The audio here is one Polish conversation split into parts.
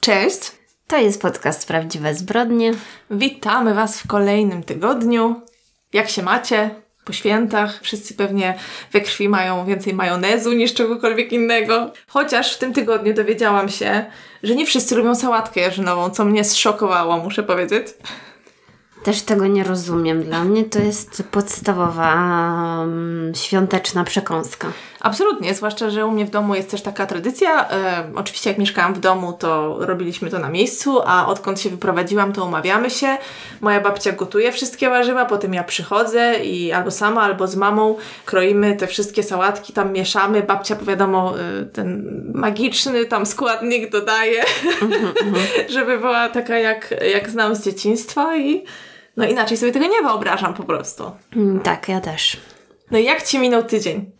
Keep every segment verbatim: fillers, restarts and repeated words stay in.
Cześć! To jest podcast Prawdziwe Zbrodnie. Witamy Was w kolejnym tygodniu. Jak się macie? Po świętach wszyscy pewnie we krwi mają więcej majonezu niż czegokolwiek innego. Chociaż w tym tygodniu dowiedziałam się, że nie wszyscy lubią sałatkę jarzynową, co mnie zszokowało, muszę powiedzieć. Też tego nie rozumiem. Dla mnie to jest podstawowa um, świąteczna przekąska. Absolutnie, zwłaszcza, że u mnie w domu jest też taka tradycja. E, oczywiście jak mieszkałam w domu, to robiliśmy to na miejscu, a odkąd się wyprowadziłam, to umawiamy się. Moja babcia gotuje wszystkie warzywa, potem ja przychodzę i albo sama, albo z mamą kroimy te wszystkie sałatki, tam mieszamy. Babcia, wiadomo, ten magiczny tam składnik dodaje, żeby była taka jak, jak znam z dzieciństwa i no inaczej sobie tego nie wyobrażam po prostu. Mm, tak, ja też. No i jak Ci minął tydzień?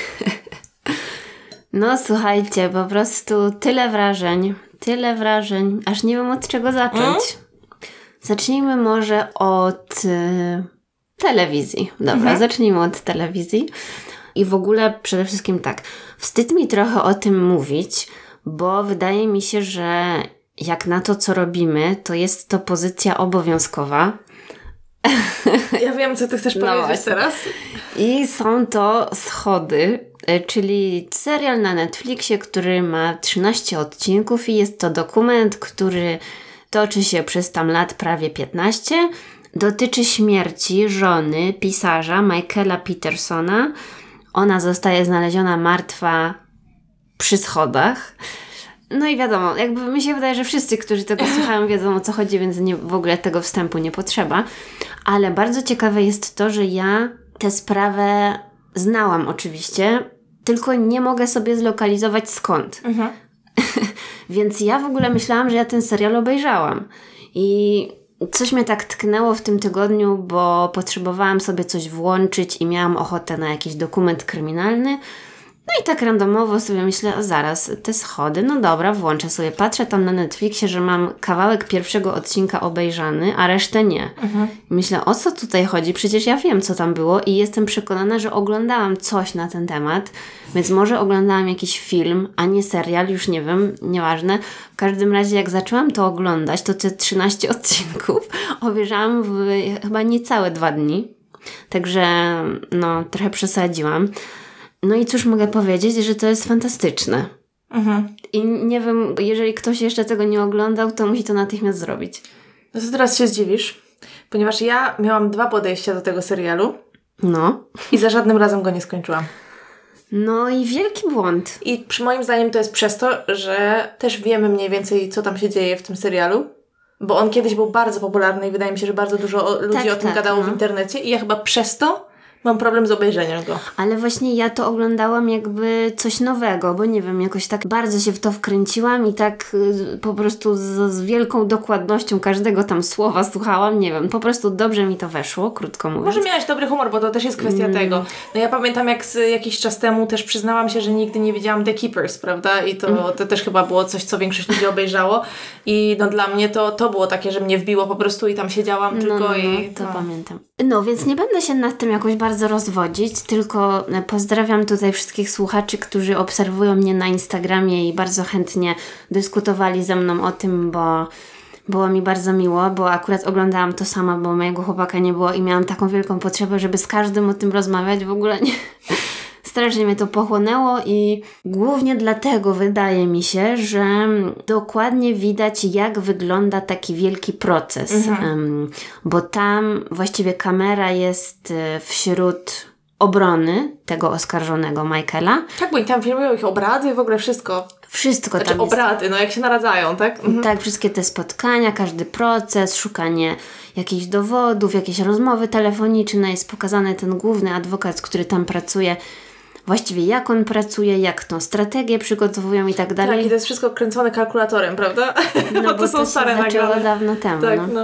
No słuchajcie, po prostu tyle wrażeń, tyle wrażeń, aż nie wiem od czego zacząć. Mm? Zacznijmy może od y, telewizji. Dobra, mhm. zacznijmy od telewizji. I w ogóle przede wszystkim tak, wstyd mi trochę o tym mówić, bo wydaje mi się, że jak na to, co robimy, to jest to pozycja obowiązkowa. Ja wiem, co ty chcesz no powiedzieć właśnie. Teraz. I są to Schody, czyli serial na Netflixie, który ma trzynaście odcinków i jest to dokument, który toczy się przez tam lat prawie piętnaście. Dotyczy śmierci żony pisarza Michaela Petersona. Ona zostaje znaleziona martwa przy schodach. No i wiadomo, jakby mi się wydaje, że wszyscy, którzy tego słuchają, wiedzą, o co chodzi, więc nie, w ogóle tego wstępu nie potrzeba. Ale bardzo ciekawe jest to, że ja tę sprawę znałam oczywiście, tylko nie mogę sobie zlokalizować skąd. Mhm. Więc ja w ogóle myślałam, że ja ten serial obejrzałam. I coś mnie tak tknęło w tym tygodniu, bo potrzebowałam sobie coś włączyć i miałam ochotę na jakiś dokument kryminalny. No i tak randomowo sobie myślę, o zaraz, te Schody, no dobra, włączę sobie, patrzę tam na Netflixie, że mam kawałek pierwszego odcinka obejrzany, a resztę nie. Mhm. I myślę, o co tutaj chodzi? Przecież ja wiem, co tam było i jestem przekonana, że oglądałam coś na ten temat, więc może oglądałam jakiś film, a nie serial, już nie wiem, nieważne. W każdym razie jak zaczęłam to oglądać, to te trzynaście odcinków obejrzałam w chyba niecałe dwa dni. Także no, trochę przesadziłam. No i cóż mogę powiedzieć, że to jest fantastyczne. Mhm. I nie wiem, jeżeli ktoś jeszcze tego nie oglądał, to musi to natychmiast zrobić. No to teraz się zdziwisz, ponieważ ja miałam dwa podejścia do tego serialu. No. I za żadnym razem go nie skończyłam. No i wielki błąd. I przy moim zdaniem to jest przez to, że też wiemy mniej więcej, co tam się dzieje w tym serialu. Bo on kiedyś był bardzo popularny i wydaje mi się, że bardzo dużo ludzi tak, o tym tak, gadało no. w internecie. I ja chyba przez to mam problem z obejrzeniem go. Ale właśnie ja to oglądałam jakby coś nowego, bo nie wiem, jakoś tak bardzo się w to wkręciłam i tak y, po prostu z, z wielką dokładnością każdego tam słowa słuchałam, nie wiem, po prostu dobrze mi to weszło, krótko mówiąc. Może miałaś dobry humor, bo to też jest kwestia mm. tego. No ja pamiętam, jak z, jakiś czas temu też przyznałam się, że nigdy nie widziałam The Keepers, prawda? I to, mm. to też chyba było coś, co większość ludzi obejrzało i no dla mnie to, to było takie, że mnie wbiło po prostu i tam siedziałam no, tylko no, no, i... to no. pamiętam. No, więc nie będę się nad tym jakoś bardzo rozwodzić, tylko pozdrawiam tutaj wszystkich słuchaczy, którzy obserwują mnie na Instagramie i bardzo chętnie dyskutowali ze mną o tym, bo było mi bardzo miło, bo akurat oglądałam to sama, bo mojego chłopaka nie było i miałam taką wielką potrzebę, żeby z każdym o tym rozmawiać, w ogóle nie... Strasznie mnie to pochłonęło i głównie dlatego wydaje mi się, że dokładnie widać, jak wygląda taki wielki proces. Mhm. Um, bo tam właściwie kamera jest wśród obrony tego oskarżonego Michaela. Tak, bo i tam filmują ich obrady, w ogóle wszystko. Wszystko znaczy, tam jest. obrady, no jak się naradzają, tak? Mhm. Tak, wszystkie te spotkania, każdy proces, szukanie jakichś dowodów, jakieś rozmowy telefoniczne. Jest pokazany ten główny adwokat, który tam pracuje. Właściwie jak on pracuje, jak tą strategię przygotowują i tak dalej. Tak, i to jest wszystko kręcone kalkulatorem, prawda? No bo to, są to stare się zaczęło nagrane. dawno temu. Tak, no. no.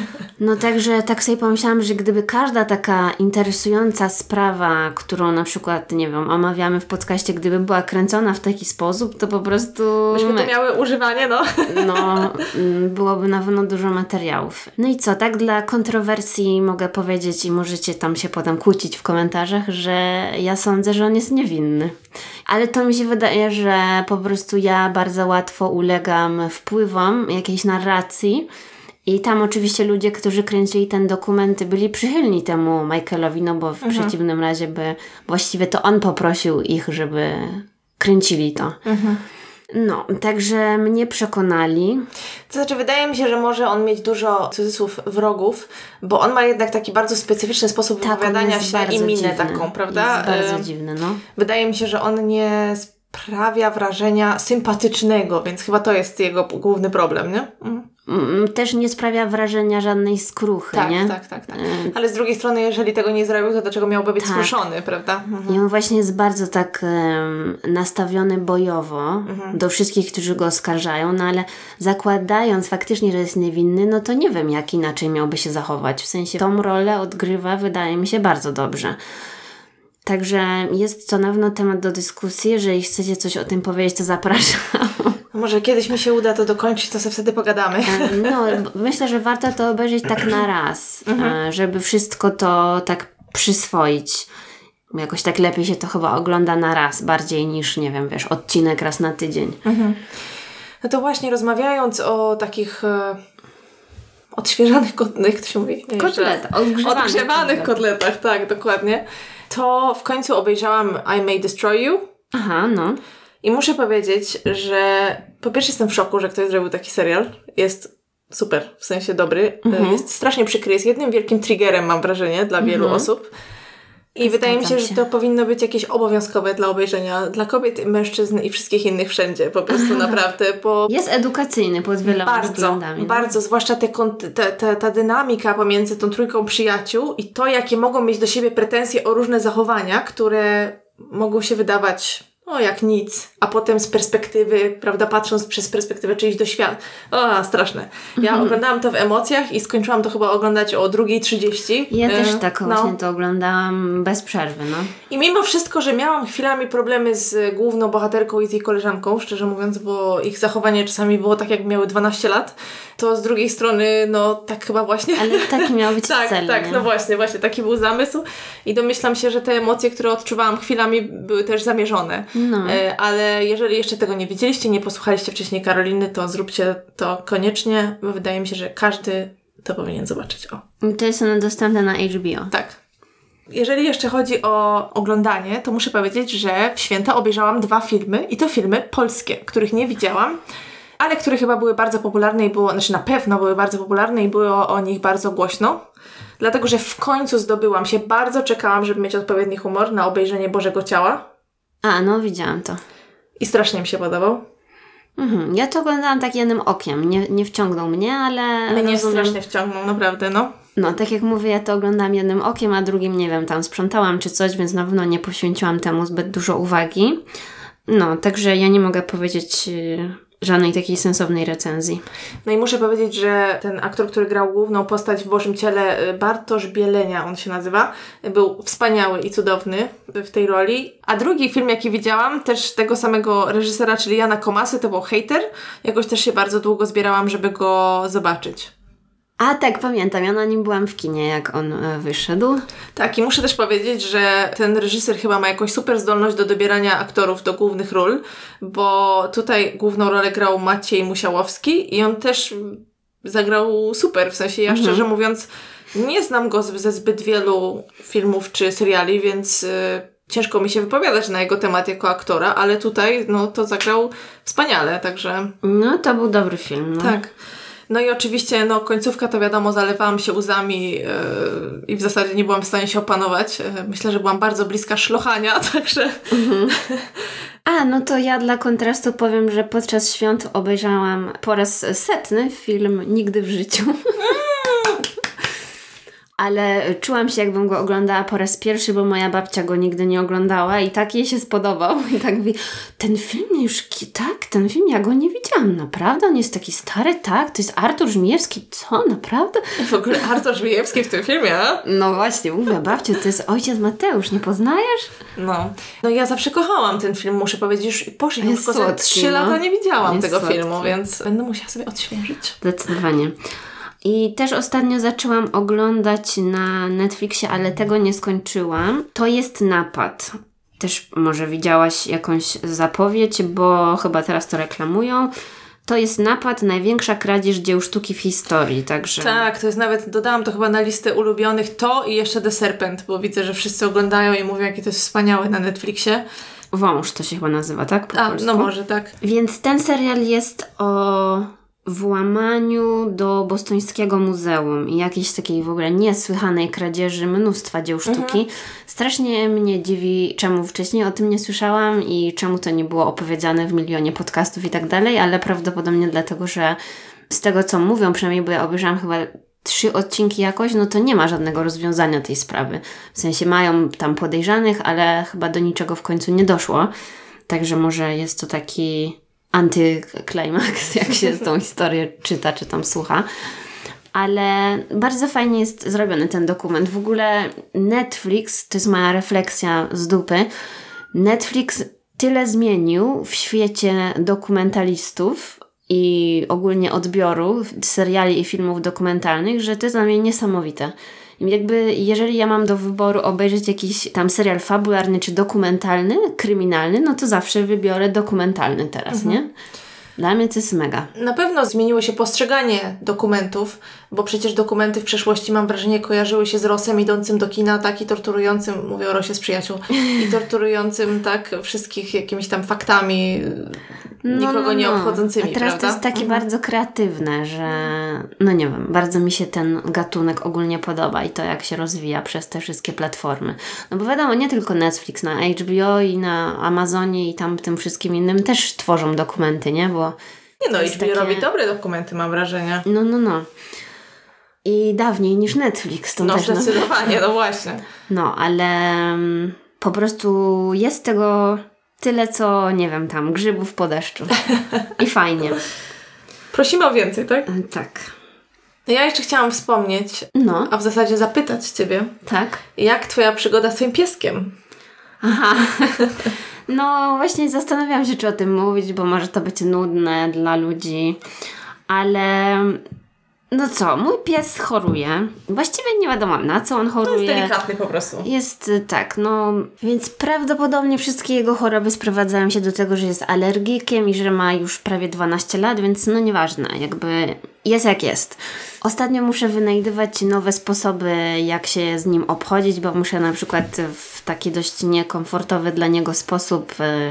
no także tak sobie pomyślałam, że gdyby każda taka interesująca sprawa, którą na przykład, nie wiem, omawiamy w podcaście, gdyby była kręcona w taki sposób, to po prostu... Myśmy to miały używanie, no. No, byłoby na pewno dużo materiałów. No i co, tak dla kontrowersji mogę powiedzieć i możecie tam się potem kłócić w komentarzach, że ja sądzę, że on jest niewinny. Ale to mi się wydaje, że po prostu ja bardzo łatwo ulegam wpływom jakiejś narracji. I tam oczywiście ludzie, którzy kręcili ten dokument, byli przychylni temu Michaelowi, no bo w mhm. przeciwnym razie by właściwie to on poprosił ich, żeby kręcili to. Mhm. No, także mnie przekonali. To znaczy, wydaje mi się, że może on mieć dużo, cudzysłów, wrogów, bo on ma jednak taki bardzo specyficzny sposób tak, wypowiadania się i minę dziwny. taką, prawda? Jest bardzo y- dziwny, no. Wydaje mi się, że on nie sprawia wrażenia sympatycznego, więc chyba to jest jego główny problem, nie? Mm. Też nie sprawia wrażenia żadnej skruchy, tak, nie? Tak, tak, tak. Ale z drugiej strony, jeżeli tego nie zrobił, to dlaczego miałby być tak. skruszony, prawda? Mhm. I on właśnie jest bardzo tak um, nastawiony bojowo mhm. do wszystkich, którzy go oskarżają, no ale zakładając faktycznie, że jest niewinny, no to nie wiem, jak inaczej miałby się zachować. W sensie tą rolę odgrywa, wydaje mi się, bardzo dobrze. Także jest to na pewno temat do dyskusji. Jeżeli chcecie coś o tym powiedzieć, to zapraszam. Może kiedyś mi się uda to dokończyć, to sobie wtedy pogadamy. No, myślę, że warto to obejrzeć tak na raz, mhm. żeby wszystko to tak przyswoić. Jakoś tak lepiej się to chyba ogląda na raz, bardziej niż, nie wiem, wiesz, odcinek raz na tydzień. Mhm. No to właśnie rozmawiając o takich e, odświeżanych, jak to się mówi? Nie, Kotlet, odgrzewanych, odgrzewanych kotletach, tak, dokładnie. To w końcu obejrzałam I May Destroy You. Aha, no. I muszę powiedzieć, że po pierwsze jestem w szoku, że ktoś zrobił taki serial. Jest super, w sensie dobry. Mhm. Jest strasznie przykry. Jest jednym wielkim triggerem, mam wrażenie, dla wielu mhm. osób. I Zgadzam wydaje mi się, się, że to powinno być jakieś obowiązkowe dla obejrzenia. Dla kobiet, mężczyzn i wszystkich innych wszędzie. Po prostu naprawdę. Bo jest edukacyjny pod wieloma bardzo, względami. No? Bardzo, zwłaszcza te, te, te, ta dynamika pomiędzy tą trójką przyjaciół i to, jakie mogą mieć do siebie pretensje o różne zachowania, które mogą się wydawać o, jak nic, a potem z perspektywy, prawda, patrząc przez perspektywę czyjś doświadczeń. O, straszne. Ja mhm. oglądałam to w emocjach i skończyłam to chyba oglądać o drugiej trzydzieści. Ja też tak no. właśnie to oglądałam bez przerwy, no. I mimo wszystko, że miałam chwilami problemy z główną bohaterką i z jej koleżanką, szczerze mówiąc, bo ich zachowanie czasami było tak, jak miały dwanaście lat, to z drugiej strony, no, tak chyba właśnie. Ale taki miał być tak, cel, Tak, nie? no właśnie, właśnie, taki był zamysł i domyślam się, że te emocje, które odczuwałam chwilami, były też zamierzone. No. E, ale jeżeli jeszcze tego nie widzieliście, nie posłuchaliście wcześniej Karoliny, to zróbcie to koniecznie, bo wydaje mi się, że każdy to powinien zobaczyć. O. To jest ono dostępne na H B O. Tak. Jeżeli jeszcze chodzi o oglądanie, to muszę powiedzieć, że w święta obejrzałam dwa filmy i to filmy polskie, których nie widziałam, ale które chyba były bardzo popularne i było, znaczy na pewno były bardzo popularne i było o nich bardzo głośno. Dlatego, że w końcu zdobyłam się, bardzo czekałam, żeby mieć odpowiedni humor na obejrzenie Bożego Ciała. A, no widziałam to. I strasznie mi się podobał. Mhm. Ja to oglądałam tak jednym okiem. Nie, nie wciągnął mnie, ale... Mnie rozumiem... strasznie wciągnął, naprawdę, no. No, tak jak mówię, ja to oglądam jednym okiem, a drugim, nie wiem, tam sprzątałam czy coś, więc na pewno nie poświęciłam temu zbyt dużo uwagi. No, także ja nie mogę powiedzieć żadnej takiej sensownej recenzji. No i muszę powiedzieć, że ten aktor, który grał główną postać w Bożym Ciele, Bartosz Bielenia, on się nazywa, był wspaniały i cudowny w tej roli. A drugi film, jaki widziałam, też tego samego reżysera, czyli Jana Komasy, to był Hejter. Jakoś też się bardzo długo zbierałam, żeby go zobaczyć. A tak, pamiętam, ja na nim byłam w kinie, jak on e, wyszedł. Tak, i muszę też powiedzieć, że ten reżyser chyba ma jakąś super zdolność do dobierania aktorów do głównych ról, bo tutaj główną rolę grał Maciej Musiałowski i on też zagrał super, w sensie ja mhm. szczerze mówiąc nie znam go ze zbyt wielu filmów czy seriali, więc y, ciężko mi się wypowiadać na jego temat jako aktora, ale tutaj no to zagrał wspaniale, także... No to był dobry film. No. Tak. No i oczywiście, no końcówka to wiadomo, zalewałam się łzami yy, i w zasadzie nie byłam w stanie się opanować. Yy, myślę, że byłam bardzo bliska szlochania, także... Mhm. A, no to ja dla kontrastu powiem, że podczas świąt obejrzałam po raz setny film Nigdy w życiu. Ale czułam się, jakbym go oglądała po raz pierwszy, bo moja babcia go nigdy nie oglądała i tak jej się spodobał. I tak mówi, ten film już, tak, ten film ja go nie widziałam, naprawdę? On jest taki stary, tak? To jest Artur Żmijewski, co? Naprawdę? W ogóle Artur Żmijewski w tym filmie, a? No właśnie, mówię, babciu, to jest ojciec Mateusz, nie poznajesz? No, no ja zawsze kochałam ten film, muszę powiedzieć, już Boże, ja już go za trzy lata no. nie widziałam jest tego słodki. filmu, więc będę musiała sobie odświeżyć. Zdecydowanie. I też ostatnio zaczęłam oglądać na Netflixie, ale tego nie skończyłam. To jest Napad. też może widziałaś jakąś zapowiedź, bo chyba teraz to reklamują. To jest napad, największa kradzież dzieł sztuki w historii, także... Tak, to jest nawet, dodałam to chyba na listę ulubionych, to i jeszcze The Serpent, bo widzę, że wszyscy oglądają i mówią, jakie to jest wspaniałe na Netflixie. Wąż to się chyba nazywa, tak? Po A, polsku. no może, tak. Więc ten serial jest o włamaniu do bostońskiego muzeum i jakiejś takiej w ogóle niesłychanej kradzieży mnóstwa dzieł sztuki. Mhm. Strasznie mnie dziwi, czemu wcześniej o tym nie słyszałam i czemu to nie było opowiedziane w milionie podcastów i tak dalej, ale prawdopodobnie dlatego, że z tego, co mówią, przynajmniej, bo ja obejrzałam chyba trzy odcinki jakoś, no to nie ma żadnego rozwiązania tej sprawy. W sensie mają tam podejrzanych, ale chyba do niczego w końcu nie doszło. Także może jest to taki antyklimaks, jak się tą historię czyta, czy tam słucha. Ale bardzo fajnie jest zrobiony ten dokument. W ogóle Netflix, to jest moja refleksja z dupy, Netflix tyle zmienił w świecie dokumentalistów i ogólnie odbioru seriali i filmów dokumentalnych, że to jest dla mnie niesamowite. I jakby, jeżeli ja mam do wyboru obejrzeć jakiś tam serial fabularny czy dokumentalny, kryminalny, no to zawsze wybiorę dokumentalny teraz, mhm. nie? Dla mnie to jest mega. Na pewno zmieniło się postrzeganie dokumentów, bo przecież dokumenty w przeszłości, mam wrażenie, kojarzyły się z Rossem idącym do kina, tak, i torturującym, mówię o Rossie z Przyjaciół, i torturującym, tak, wszystkich jakimiś tam faktami, no, nikogo no, no. nie obchodzącymi, A teraz prawda? to jest takie mhm. bardzo kreatywne, że no nie wiem, bardzo mi się ten gatunek ogólnie podoba i to, jak się rozwija przez te wszystkie platformy. No bo wiadomo, nie tylko Netflix, na H B O i na Amazonie i tam tym wszystkim innym też tworzą dokumenty, nie? Bo nie no, H B O takie... robi dobre dokumenty, mam wrażenie. No, no, no. I dawniej niż Netflix. To no też, zdecydowanie, no. no właśnie. No, ale um, po prostu jest tego tyle, co, nie wiem, tam grzybów po deszczu. I fajnie. Prosimy o więcej, tak? Tak. Ja jeszcze chciałam wspomnieć, no. a w zasadzie zapytać Ciebie. Tak. Jak Twoja przygoda z Twoim pieskiem? Aha. No właśnie zastanawiałam się, czy o tym mówić, bo może to być nudne dla ludzi, ale no co, mój pies choruje. Właściwie nie wiadomo, na co on choruje. To jest delikatny po prostu. Jest tak, no więc prawdopodobnie wszystkie jego choroby sprowadzają się do tego, że jest alergikiem i że ma już prawie dwanaście lat, więc no nieważne, jakby jest jak jest. Ostatnio muszę wynajdywać nowe sposoby, jak się z nim obchodzić, bo muszę na przykład w taki dość niekomfortowy dla niego sposób y,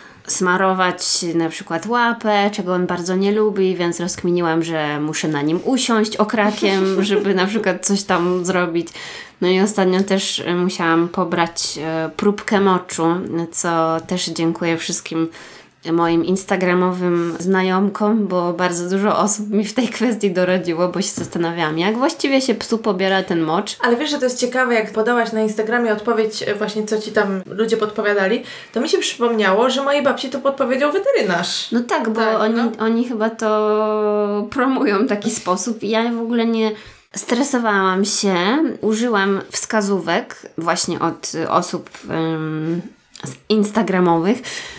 smarować na przykład łapę, czego on bardzo nie lubi, więc rozkminiłam, że muszę na nim usiąść okrakiem, żeby na przykład coś tam zrobić. No i ostatnio też musiałam pobrać y, próbkę moczu, co też dziękuję wszystkim moim instagramowym znajomkom, bo bardzo dużo osób mi w tej kwestii doradziło, bo się zastanawiałam, jak właściwie się psu pobiera ten mocz. Ale wiesz, że to jest ciekawe, jak podałaś na Instagramie odpowiedź właśnie, co Ci tam ludzie podpowiadali, to mi się przypomniało, że mojej babci to podpowiedział weterynarz. No tak, bo tak, oni, no. oni chyba to promują w taki sposób. Ja w ogóle nie stresowałam się, użyłam wskazówek właśnie od osób um, instagramowych,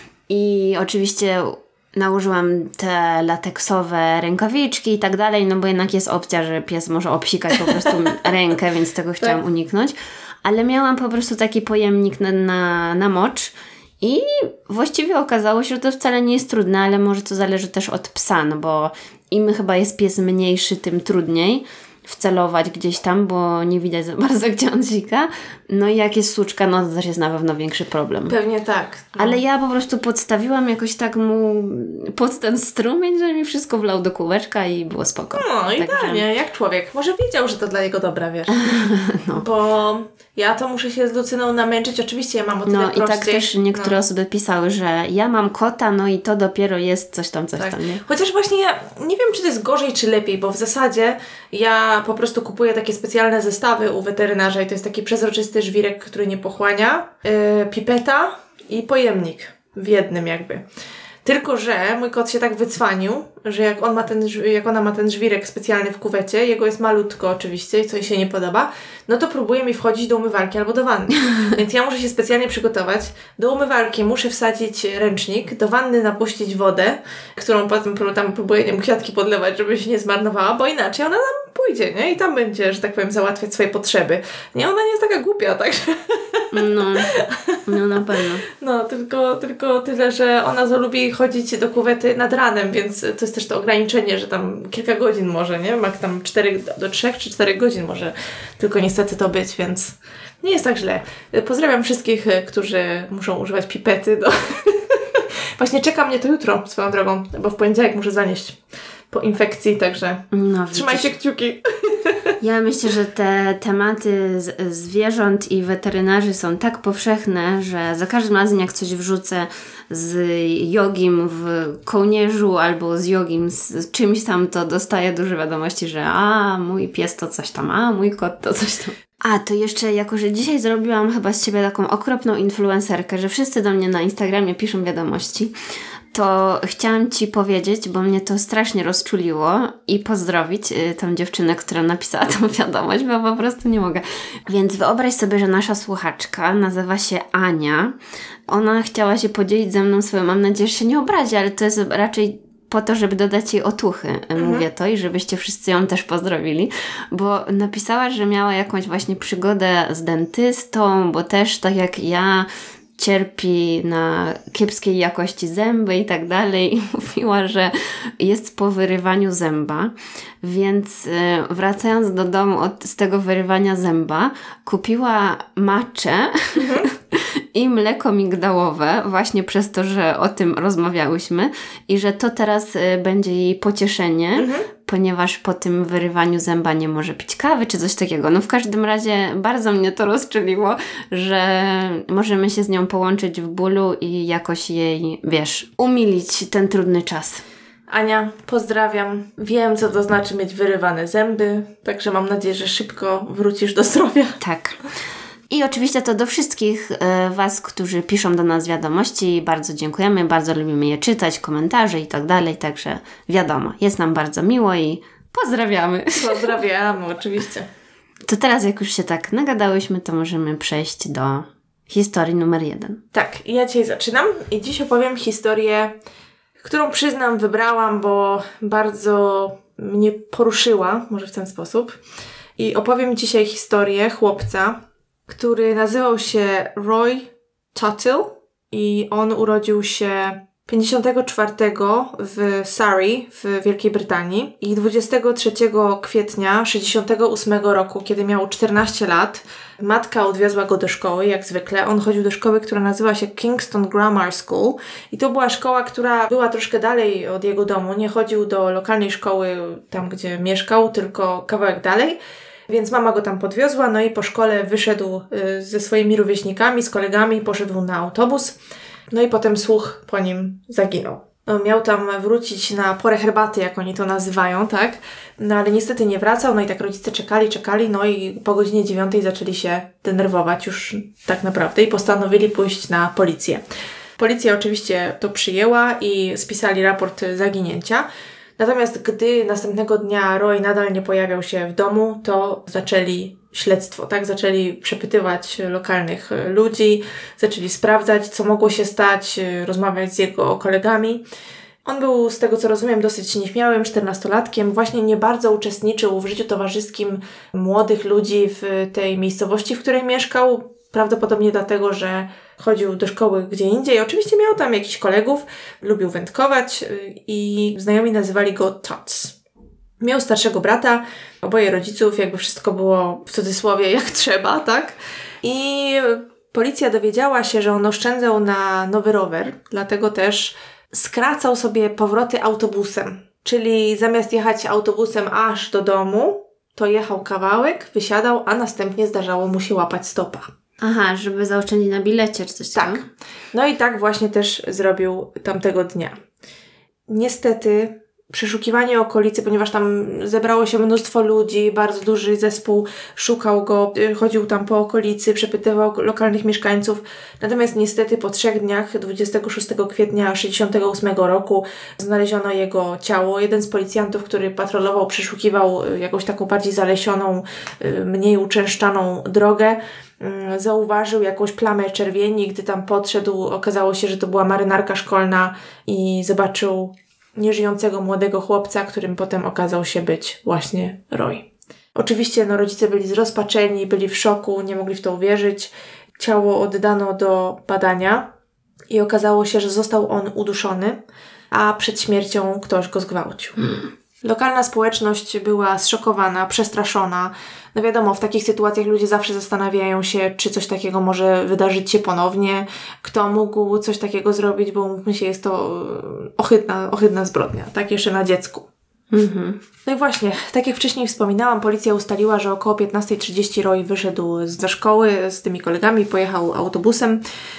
i oczywiście nałożyłam te lateksowe rękawiczki i tak dalej, no bo jednak jest opcja, że pies może obsikać po prostu rękę, więc tego chciałam tak. uniknąć. Ale miałam po prostu taki pojemnik na, na, na mocz i właściwie okazało się, że to wcale nie jest trudne, ale może to zależy też od psa, no bo im chyba jest pies mniejszy, tym trudniej wcelować gdzieś tam, bo nie widać za bardzo, gdzie on sika. No i jak jest suczka, no to też jest na pewno większy problem. Pewnie tak. No. Ale ja po prostu podstawiłam jakoś tak mu pod ten strumień, że mi wszystko wlał do kółeczka i było spoko. No i idealnie, że... jak człowiek. Może wiedział, że to dla jego dobra, wiesz. no. Bo ja to muszę się z Lucyną namęczyć. Oczywiście ja mam o tyle No prościej. i tak też niektóre no. osoby pisały, że ja mam kota, no i to dopiero jest coś tam, coś tak. tam, nie? Chociaż właśnie ja nie wiem, czy to jest gorzej, czy lepiej, bo w zasadzie ja po prostu kupuję takie specjalne zestawy u weterynarza i to jest taki przezroczysty żwirek, który nie pochłania, yy, pipeta i pojemnik w jednym jakby. Tylko że mój kot się tak wycwanił, że jak on ma ten, jak ona ma ten żwirek specjalny w kuwecie, jego jest malutko oczywiście, co jej się nie podoba, no to próbuje mi wchodzić do umywalki albo do wanny. Więc ja muszę się specjalnie przygotować. Do umywalki muszę wsadzić ręcznik, do wanny napuścić wodę, którą potem tam próbuję, nie wiem, kwiatki podlewać, żeby się nie zmarnowała, bo inaczej ona tam pójdzie, nie? I tam będzie, że tak powiem, załatwiać swoje potrzeby. Nie, ona nie jest taka głupia, także... No, no na pewno. No, tylko, tylko tyle, że ona lubi chodzić do kuwety nad ranem, więc to jest też to ograniczenie, że tam kilka godzin może, nie? Ma tam cztery do trzech czy czterech godzin może tylko niestety to być, więc nie jest tak źle. Pozdrawiam wszystkich, którzy muszą używać pipety do... Właśnie czeka mnie to jutro, swoją drogą, bo w poniedziałek muszę zanieść po infekcji, także no, trzymajcie kciuki. Ja myślę, że te tematy z, zwierząt i weterynarzy są tak powszechne, że za każdym razem jak coś wrzucę z jogim w kołnierzu albo z jogim z czymś tam, to dostaję duże wiadomości, że a, mój pies to coś tam, a, mój kot to coś tam. A, to jeszcze, jako że dzisiaj zrobiłam chyba z Ciebie taką okropną influencerkę, że wszyscy do mnie na Instagramie piszą wiadomości, to chciałam Ci powiedzieć, bo mnie to strasznie rozczuliło i pozdrowić y, tą dziewczynę, która napisała tą wiadomość, bo po prostu nie mogę. Więc wyobraź sobie, że nasza słuchaczka nazywa się Ania. Ona chciała się podzielić ze mną swoją, mam nadzieję, że się nie obrazi, ale to jest raczej po to, żeby dodać jej otuchy, mhm. mówię to, i żebyście wszyscy ją też pozdrowili, bo napisała, że miała jakąś właśnie przygodę z dentystą, bo też tak jak ja cierpi na kiepskiej jakości zęby i tak dalej i mówiła, że jest po wyrywaniu zęba, więc wracając do domu od, z tego wyrywania zęba, kupiła maczę mhm. i mleko migdałowe, właśnie przez to, że o tym rozmawiałyśmy i że to teraz będzie jej pocieszenie, mhm. ponieważ po tym wyrywaniu zęba nie może pić kawy czy coś takiego. No w każdym razie bardzo mnie to rozczuliło, że możemy się z nią połączyć w bólu i jakoś jej, wiesz, umilić ten trudny czas. Ania, pozdrawiam. Wiem, co to znaczy mieć wyrywane zęby, także mam nadzieję, że szybko wrócisz do zdrowia. Tak. I oczywiście to do wszystkich e, Was, którzy piszą do nas wiadomości. Bardzo dziękujemy, bardzo lubimy je czytać, komentarze i tak dalej. Także wiadomo, jest nam bardzo miło i pozdrawiamy. Pozdrawiamy, oczywiście. To teraz, jak już się tak nagadałyśmy, to możemy przejść do historii numer jeden. Tak, ja dzisiaj zaczynam i dziś opowiem historię, którą przyznam wybrałam, bo bardzo mnie poruszyła, może w ten sposób. I opowiem dzisiaj historię chłopca, który nazywał się Roy Tuttle i on urodził się pięćdziesiątego czwartego w Surrey w Wielkiej Brytanii i dwudziestego trzeciego kwietnia sześćdziesiątego ósmego roku, kiedy miał czternaście lat, matka odwiozła go do szkoły, jak zwykle. On chodził do szkoły, która nazywa się Kingston Grammar School i to była szkoła, która była troszkę dalej od jego domu. Nie chodził do lokalnej szkoły tam, gdzie mieszkał, tylko kawałek dalej. Więc mama go tam podwiozła, no i po szkole wyszedł y, ze swoimi rówieśnikami, z kolegami, poszedł na autobus, no i potem słuch po nim zaginął. No, miał tam wrócić na porę herbaty, jak oni to nazywają, tak? No ale niestety nie wracał, no i tak rodzice czekali, czekali, no i po godzinie dziewiątej zaczęli się denerwować już tak naprawdę i postanowili pójść na policję. Policja oczywiście to przyjęła i spisali raport zaginięcia. Natomiast gdy następnego dnia Roy nadal nie pojawiał się w domu, to zaczęli śledztwo, tak? Zaczęli przepytywać lokalnych ludzi, zaczęli sprawdzać, co mogło się stać, rozmawiać z jego kolegami. On był, z tego co rozumiem, dosyć nieśmiałym czternastolatkiem, właśnie nie bardzo uczestniczył w życiu towarzyskim młodych ludzi w tej miejscowości, w której mieszkał. Prawdopodobnie dlatego, że chodził do szkoły gdzie indziej. Oczywiście miał tam jakichś kolegów, lubił wędkować i znajomi nazywali go Tots. Miał starszego brata, oboje rodziców, jakby wszystko było w cudzysłowie jak trzeba, tak? I policja dowiedziała się, że on oszczędzał na nowy rower, dlatego też skracał sobie powroty autobusem. Czyli zamiast jechać autobusem aż do domu, to jechał kawałek, wysiadał, a następnie zdarzało mu się łapać stopa. Aha, żeby zaoszczędzić na bilecie czy coś takiego? Tak. No i tak właśnie też zrobił tamtego dnia. Niestety przeszukiwanie okolicy, ponieważ tam zebrało się mnóstwo ludzi, bardzo duży zespół szukał go, chodził tam po okolicy, przepytywał lokalnych mieszkańców. Natomiast niestety po trzech dniach, dwudziestego szóstego kwietnia sześćdziesiątego ósmego roku, znaleziono jego ciało. Jeden z policjantów, który patrolował, przeszukiwał jakąś taką bardziej zalesioną, mniej uczęszczaną drogę, zauważył jakąś plamę czerwieni. Gdy tam podszedł, okazało się, że to była marynarka szkolna i zobaczył nieżyjącego młodego chłopca, którym potem okazał się być właśnie Roy. Oczywiście no, rodzice byli zrozpaczeni, byli w szoku, nie mogli w to uwierzyć. Ciało oddano do badania i okazało się, że został on uduszony, a przed śmiercią ktoś go zgwałcił. Hmm. Lokalna społeczność była zszokowana, przestraszona. No wiadomo, w takich sytuacjach ludzie zawsze zastanawiają się, czy coś takiego może wydarzyć się ponownie, kto mógł coś takiego zrobić, bo mówmy się, jest to ohydna, ohydna zbrodnia, tak jeszcze na dziecku. Mhm. No i właśnie, tak jak wcześniej wspominałam, policja ustaliła, że około piętnasta trzydzieści Roy wyszedł ze szkoły z tymi kolegami, pojechał autobusem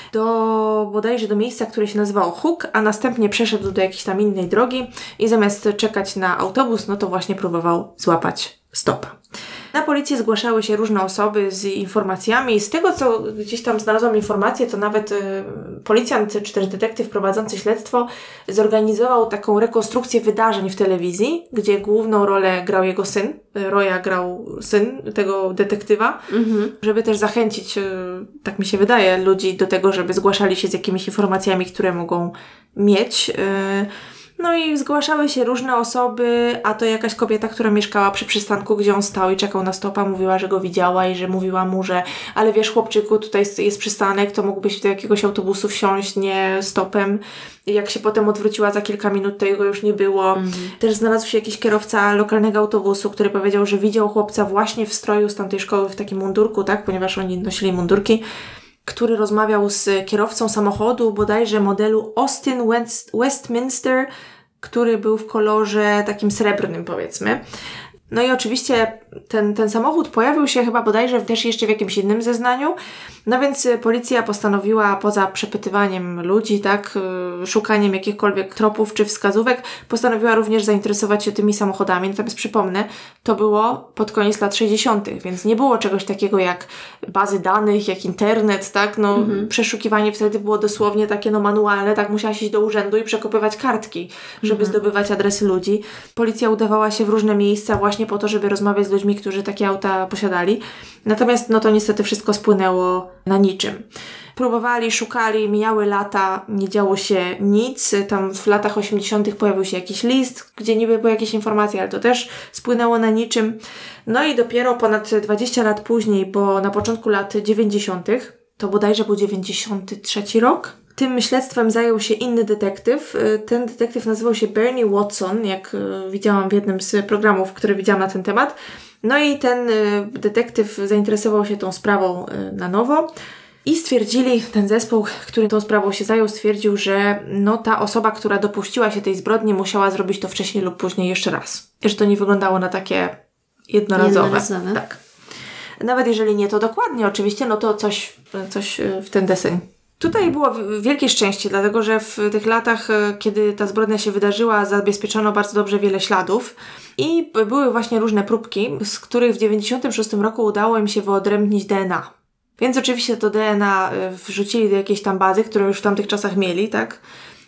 do bodajże do miejsca, które się nazywało Hook, a następnie przeszedł do jakiejś tam innej drogi i zamiast czekać na autobus, no to właśnie próbował złapać stopa. Na policję zgłaszały się różne osoby z informacjami. Z tego, co gdzieś tam znalazłam informację, to nawet y, policjant czy też detektyw prowadzący śledztwo zorganizował taką rekonstrukcję wydarzeń w telewizji, gdzie główną rolę grał jego syn. Roya grał syn tego detektywa, mhm. żeby też zachęcić, y, tak mi się wydaje, ludzi do tego, żeby zgłaszali się z jakimiś informacjami, które mogą mieć. Y, No i zgłaszały się różne osoby, a to jakaś kobieta, która mieszkała przy przystanku, gdzie on stał i czekał na stopa, mówiła, że go widziała i że mówiła mu, że ale wiesz chłopczyku, tutaj jest przystanek, to mógłbyś do jakiegoś autobusu wsiąść, nie stopem. I jak się potem odwróciła za kilka minut, to jego już nie było. Mhm. Też znalazł się jakiś kierowca lokalnego autobusu, który powiedział, że widział chłopca właśnie w stroju z tamtej szkoły, w takim mundurku, tak, ponieważ oni nosili mundurki, który rozmawiał z kierowcą samochodu, bodajże modelu Austin West, Westminster, który był w kolorze takim srebrnym, powiedzmy. No i oczywiście ten, ten samochód pojawił się chyba bodajże też jeszcze w jakimś innym zeznaniu, no więc policja postanowiła poza przepytywaniem ludzi, tak, szukaniem jakichkolwiek tropów czy wskazówek, postanowiła również zainteresować się tymi samochodami. Natomiast przypomnę, to było pod koniec lat sześćdziesiątych, więc nie było czegoś takiego jak bazy danych, jak internet, tak, no mhm. przeszukiwanie wtedy było dosłownie takie no manualne, tak, musiałaś iść do urzędu i przekopywać kartki, żeby mhm. zdobywać adresy ludzi. Policja udawała się w różne miejsca właśnie po to, żeby rozmawiać z ludźmi, którzy takie auta posiadali. Natomiast no to niestety wszystko spłynęło na niczym. Próbowali, szukali, mijały lata, nie działo się nic. Tam w latach osiemdziesiątych pojawił się jakiś list, gdzie niby były jakieś informacje, ale to też spłynęło na niczym. No i dopiero ponad dwadzieścia lat później, bo na początku lat dziewięćdziesiątych, to bodajże był dziewięćdziesiąty trzeci rok, tym śledztwem zajął się inny detektyw. Ten detektyw nazywał się Bernie Watson, jak widziałam w jednym z programów, które widziałam na ten temat. No i ten detektyw zainteresował się tą sprawą na nowo i stwierdzili, ten zespół, który tą sprawą się zajął, stwierdził, że no ta osoba, która dopuściła się tej zbrodni, musiała zrobić to wcześniej lub później jeszcze raz. I że to nie wyglądało na takie jednorazowe. jednorazowe. Tak. Nawet jeżeli nie to dokładnie oczywiście, no to coś, coś w ten deseń. Tutaj było wielkie szczęście, dlatego że w tych latach, kiedy ta zbrodnia się wydarzyła, zabezpieczono bardzo dobrze wiele śladów i były właśnie różne próbki, z których w dziewięćdziesiątym szóstym roku udało im się wyodrębnić D N A. Więc oczywiście to D N A wrzucili do jakiejś tam bazy, którą już w tamtych czasach mieli, tak?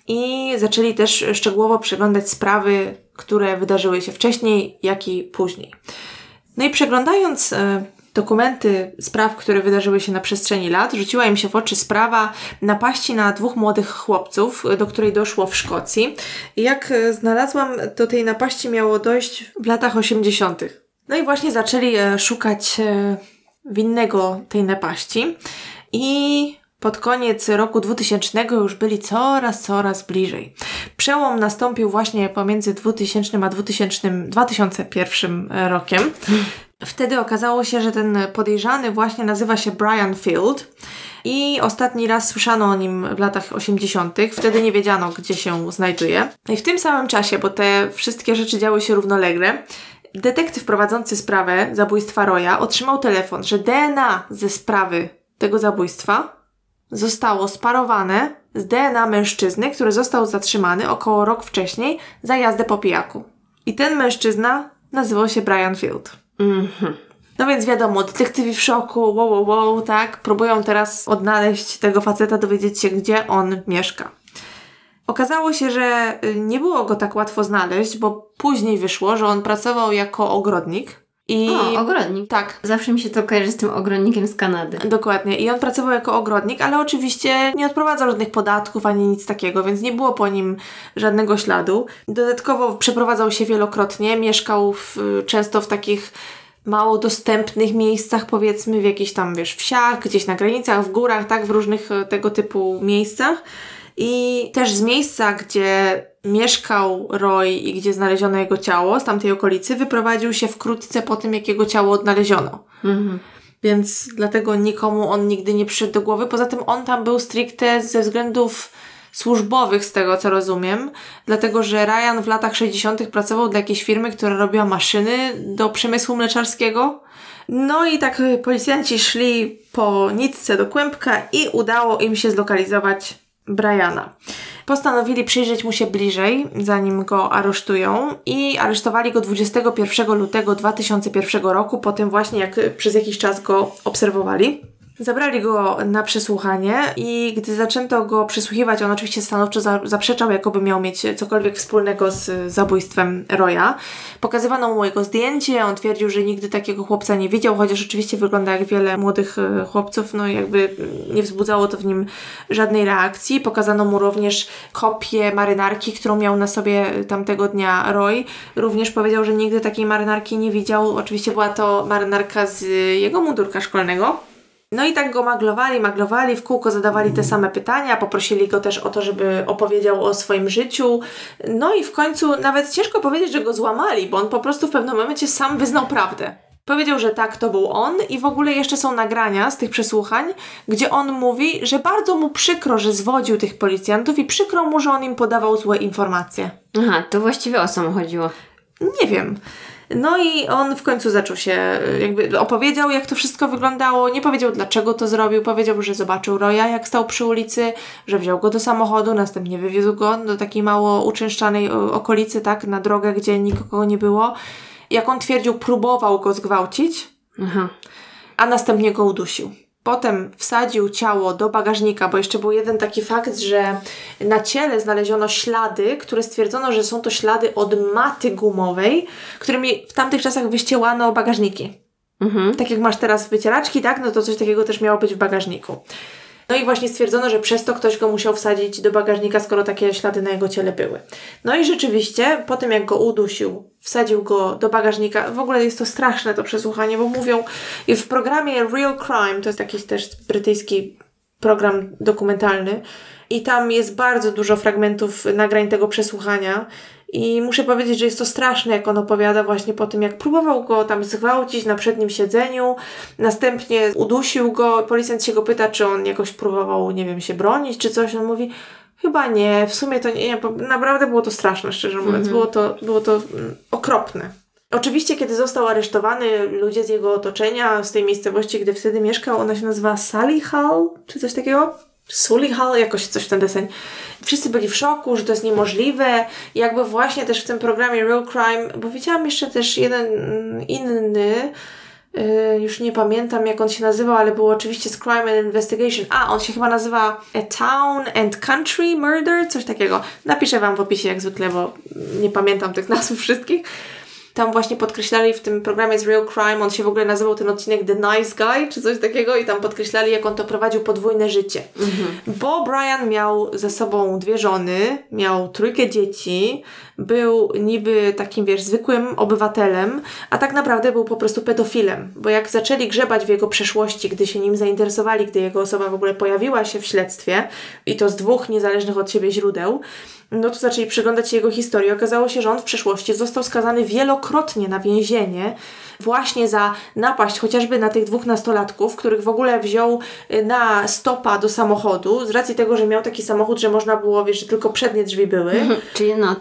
I zaczęli też szczegółowo przeglądać sprawy, które wydarzyły się wcześniej, jak i później. No i przeglądając dokumenty spraw, które wydarzyły się na przestrzeni lat, rzuciła im się w oczy sprawa napaści na dwóch młodych chłopców, do której doszło w Szkocji. I jak znalazłam, do tej napaści miało dojść w latach osiemdziesiątych. No i właśnie zaczęli szukać winnego tej napaści i pod koniec roku dwutysięcznego już byli coraz, coraz bliżej. Przełom nastąpił właśnie pomiędzy dwutysięcznym a dwa tysiące pierwszym rokiem. Wtedy okazało się, że ten podejrzany właśnie nazywa się Brian Field i ostatni raz słyszano o nim w latach osiemdziesiątych. Wtedy nie wiedziano, gdzie się znajduje. I w tym samym czasie, bo te wszystkie rzeczy działy się równolegle, detektyw prowadzący sprawę zabójstwa Roya otrzymał telefon, że D N A ze sprawy tego zabójstwa zostało sparowane z D N A mężczyzny, który został zatrzymany około rok wcześniej za jazdę po pijaku. I ten mężczyzna nazywał się Brian Field. Mhm. No więc wiadomo, detektywi w szoku, wow, wow, wow, tak, próbują teraz odnaleźć tego faceta, dowiedzieć się, gdzie on mieszka. Okazało się, że nie było go tak łatwo znaleźć, bo później wyszło, że on pracował jako ogrodnik. I... O, ogrodnik. Tak. Zawsze mi się to kojarzy z tym ogrodnikiem z Kanady. Dokładnie. I on pracował jako ogrodnik, ale oczywiście nie odprowadzał żadnych podatków ani nic takiego, więc nie było po nim żadnego śladu. Dodatkowo przeprowadzał się wielokrotnie, mieszkał w, często w takich mało dostępnych miejscach, powiedzmy w jakichś tam, wiesz, wsiach, gdzieś na granicach, w górach, tak, w różnych tego typu miejscach. I też z miejsca, gdzie mieszkał Roy i gdzie znaleziono jego ciało, z tamtej okolicy, wyprowadził się wkrótce po tym, jak jego ciało odnaleziono. Mhm. Więc dlatego nikomu on nigdy nie przyszedł do głowy. Poza tym on tam był stricte ze względów służbowych, z tego co rozumiem, dlatego że Ryan w latach sześćdziesiątych pracował dla jakiejś firmy, która robiła maszyny do przemysłu mleczarskiego. No i tak policjanci szli po nitce do kłębka i udało im się zlokalizować Briana. Postanowili przyjrzeć mu się bliżej, zanim go aresztują i aresztowali go dwudziestego pierwszego lutego dwa tysiące pierwszego roku, po tym właśnie jak przez jakiś czas go obserwowali. Zabrali go na przesłuchanie i gdy zaczęto go przesłuchiwać, on oczywiście stanowczo za- zaprzeczał, jakoby miał mieć cokolwiek wspólnego z zabójstwem Roya. Pokazywano mu jego zdjęcie, on twierdził, że nigdy takiego chłopca nie widział, chociaż oczywiście wygląda jak wiele młodych chłopców, no jakby nie wzbudzało to w nim żadnej reakcji. Pokazano mu również kopię marynarki, którą miał na sobie tamtego dnia Roy. Również powiedział, że nigdy takiej marynarki nie widział. Oczywiście była to marynarka z jego mundurka szkolnego. No i tak go maglowali, maglowali, w kółko zadawali te same pytania, poprosili go też o to, żeby opowiedział o swoim życiu. No i w końcu nawet ciężko powiedzieć, że go złamali, bo on po prostu w pewnym momencie sam wyznał prawdę. Powiedział, że tak, to był on i w ogóle jeszcze są nagrania z tych przesłuchań, gdzie on mówi, że bardzo mu przykro, że zwodził tych policjantów i przykro mu, że on im podawał złe informacje. Aha, to właściwie o co mu chodziło? Nie wiem. No i on w końcu zaczął się, jakby opowiedział, jak to wszystko wyglądało, nie powiedział, dlaczego to zrobił, powiedział, że zobaczył Roya, jak stał przy ulicy, że wziął go do samochodu, następnie wywiózł go do takiej mało uczęszczanej okolicy, tak, na drogę, gdzie nikogo nie było. Jak on twierdził, próbował go zgwałcić, Aha. a następnie go udusił. Potem wsadził ciało do bagażnika, bo jeszcze był jeden taki fakt, że na ciele znaleziono ślady, które stwierdzono, że są to ślady od maty gumowej, którymi w tamtych czasach wyściełano bagażniki. Mhm. Tak jak masz teraz wycieraczki, tak? No to coś takiego też miało być w bagażniku. No i właśnie stwierdzono, że przez to ktoś go musiał wsadzić do bagażnika, skoro takie ślady na jego ciele były. No i rzeczywiście, po tym jak go udusił, wsadził go do bagażnika, w ogóle jest to straszne to przesłuchanie, bo mówią w programie Real Crime, to jest jakiś też brytyjski program dokumentalny i tam jest bardzo dużo fragmentów nagrań tego przesłuchania i muszę powiedzieć, że jest to straszne, jak on opowiada właśnie po tym, jak próbował go tam zgwałcić na przednim siedzeniu, następnie udusił go, policjant się go pyta, czy on jakoś próbował, nie wiem, się bronić, czy coś, on mówi, chyba nie, w sumie to nie, naprawdę było to straszne, szczerze mówiąc, mm-hmm. było to, było to mm, okropne. Oczywiście, kiedy został aresztowany, ludzie z jego otoczenia, z tej miejscowości, gdzie wtedy mieszkał, ona się nazywa Solihull, czy coś takiego? Solihull, jakoś coś w ten deseń. Wszyscy byli w szoku, że to jest niemożliwe. Jakby właśnie też w tym programie Real Crime, bo widziałam jeszcze też jeden inny, yy, już nie pamiętam jak on się nazywał, ale było oczywiście z Crime and Investigation. A, on się chyba nazywa A Town and Country Murder, coś takiego. Napiszę Wam w opisie jak zwykle, bo nie pamiętam tych nazw wszystkich. Tam właśnie podkreślali w tym programie z Real Crime, on się w ogóle nazywał ten odcinek The Nice Guy, czy coś takiego i tam podkreślali, jak on to prowadził podwójne życie. Mm-hmm. Bo Brian miał ze sobą dwie żony, miał trójkę dzieci, był niby takim, wiesz, zwykłym obywatelem, a tak naprawdę był po prostu pedofilem. Bo jak zaczęli grzebać w jego przeszłości, gdy się nim zainteresowali, gdy jego osoba w ogóle pojawiła się w śledztwie i to z dwóch niezależnych od siebie źródeł, no to zaczęli przyglądać się jego historii. Okazało się, że on w przeszłości został skazany wielokrotnie na więzienie właśnie za napaść chociażby na tych dwóch nastolatków, których w ogóle wziął na stopa do samochodu z racji tego, że miał taki samochód, że można było, wiesz, że tylko przednie drzwi były. Czyli no taki typowy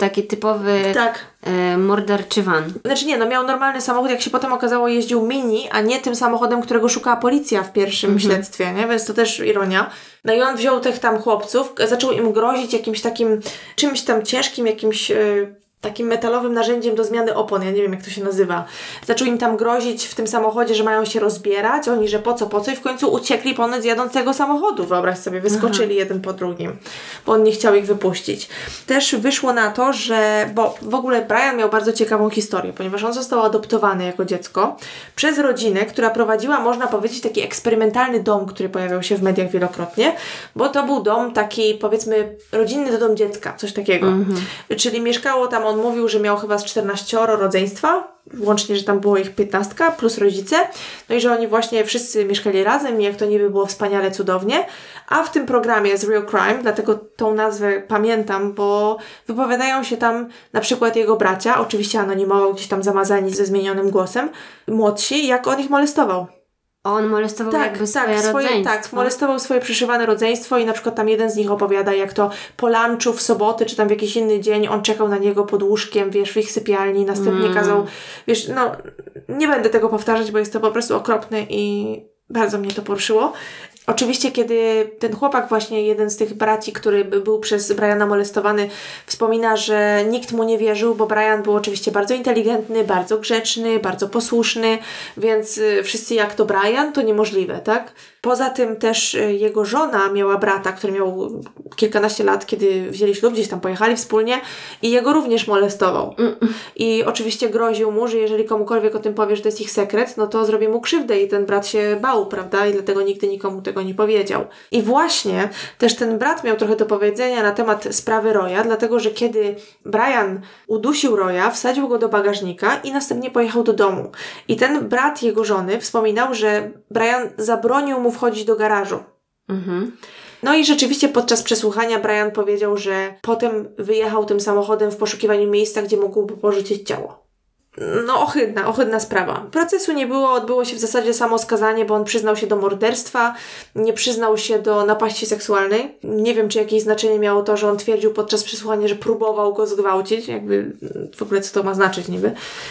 typowy tak. e, morderczy van. Znaczy nie, no miał normalny samochód, jak się potem okazało jeździł Mini, a nie tym samochodem, którego szukała policja w pierwszym mhm. śledztwie, nie? Więc to też ironia. No i on wziął tych tam chłopców, zaczął im grozić jakimś takim, czymś tam ciężkim, jakimś... Yy, takim metalowym narzędziem do zmiany opon, ja nie wiem jak to się nazywa. Zaczął im tam grozić w tym samochodzie, że mają się rozbierać, oni, że po co, po co i w końcu uciekli ponoć z jadącego samochodu, wyobraź sobie, wyskoczyli Aha. jeden po drugim, bo on nie chciał ich wypuścić. Też wyszło na to, że, bo w ogóle Brian miał bardzo ciekawą historię, ponieważ on został adoptowany jako dziecko przez rodzinę, która prowadziła, można powiedzieć, taki eksperymentalny dom, który pojawiał się w mediach wielokrotnie, bo to był dom taki, powiedzmy, rodzinny dom dziecka, coś takiego. Mhm. Czyli mieszkało tam, on mówił, że miał chyba z czternaścioro rodzeństwa, łącznie, że tam było ich piętnastka, plus rodzice, no i że oni właśnie wszyscy mieszkali razem i jak to niby było wspaniale, cudownie, a w tym programie jest Real Crime, dlatego tą nazwę pamiętam, bo wypowiadają się tam na przykład jego bracia, oczywiście anonimowo, gdzieś tam zamazani ze zmienionym głosem, młodsi, jak on ich molestował. On molestował tak, jakby swoje tak, swoje, rodzeństwo. Tak, molestował swoje przyszywane rodzeństwo i na przykład tam jeden z nich opowiada, jak to po lunchu w sobotę, czy tam w jakiś inny dzień on czekał na niego pod łóżkiem, wiesz, w ich sypialni, następnie mm. kazał, wiesz, no nie będę tego powtarzać, bo jest to po prostu okropne i bardzo mnie to poruszyło. Oczywiście, kiedy ten chłopak, właśnie jeden z tych braci, który był przez Briana molestowany, wspomina, że nikt mu nie wierzył, bo Brian był oczywiście bardzo inteligentny, bardzo grzeczny, bardzo posłuszny, więc wszyscy jak to Brian, to niemożliwe, tak? Poza tym też jego żona miała brata, który miał kilkanaście lat, kiedy wzięli ślub, gdzieś tam pojechali wspólnie i jego również molestował. Mm. I oczywiście groził mu, że jeżeli komukolwiek o tym powie, że to jest ich sekret, no to zrobi mu krzywdę i ten brat się bał, prawda? I dlatego nigdy nikomu tego nie powiedział. I właśnie też ten brat miał trochę do powiedzenia na temat sprawy Roya, dlatego że kiedy Brian udusił Roya, wsadził go do bagażnika i następnie pojechał do domu. I ten brat jego żony wspominał, że Brian zabronił mu wchodzić do garażu. Mhm. No i rzeczywiście podczas przesłuchania Brian powiedział, że potem wyjechał tym samochodem w poszukiwaniu miejsca, gdzie mógłby porzucić ciało. No ohydna, ohydna sprawa. Procesu nie było, odbyło się w zasadzie samo skazanie, bo on przyznał się do morderstwa, nie przyznał się do napaści seksualnej. Nie wiem, czy jakieś znaczenie miało to, że on twierdził podczas przesłuchania, że próbował go zgwałcić, jakby w ogóle co to ma znaczyć niby.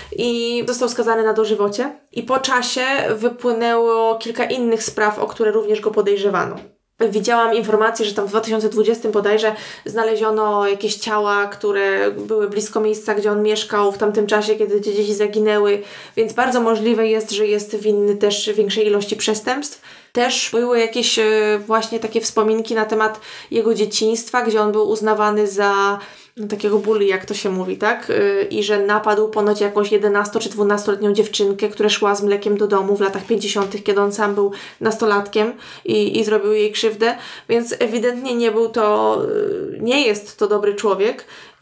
I został skazany na dożywocie. I po czasie wypłynęło kilka innych spraw, o które również go podejrzewano. Widziałam informację, że tam w dwa tysiące dwudziestym bodajże znaleziono jakieś ciała, które były blisko miejsca, gdzie on mieszkał w tamtym czasie, kiedy dzieci zaginęły, więc bardzo możliwe jest, że jest winny też większej ilości przestępstw. Też były jakieś właśnie takie wspominki na temat jego dzieciństwa, gdzie on był uznawany za no, takiego bully, jak to się mówi, tak? I że napadł ponoć jakąś jedenasto- czy dwunastoletnią dziewczynkę, która szła z mlekiem do domu w latach pięćdziesiątych, kiedy on sam był nastolatkiem i, i zrobił jej krzywdę, więc ewidentnie nie był to, nie jest to dobry człowiek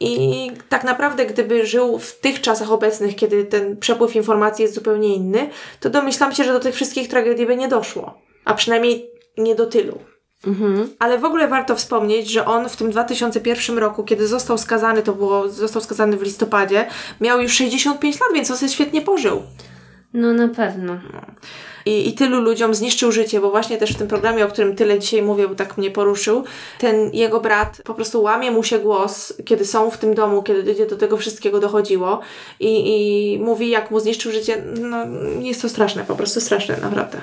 i tak naprawdę gdyby żył w tych czasach obecnych, kiedy ten przepływ informacji jest zupełnie inny, to domyślam się, że do tych wszystkich tragedii by nie doszło, a przynajmniej nie do tylu. Mhm. Ale w ogóle warto wspomnieć, że on w tym dwa tysiące pierwszym roku, kiedy został skazany, to było, został skazany w listopadzie, miał już sześćdziesiąt pięć lat, więc on sobie świetnie pożył. No na pewno. I, I tylu ludziom zniszczył życie, bo właśnie też w tym programie, o którym tyle dzisiaj mówię, bo tak mnie poruszył, ten jego brat po prostu łamie mu się głos, kiedy są w tym domu, kiedy do tego wszystkiego dochodziło i, i mówi, jak mu zniszczył życie. No jest to straszne, po prostu straszne, naprawdę.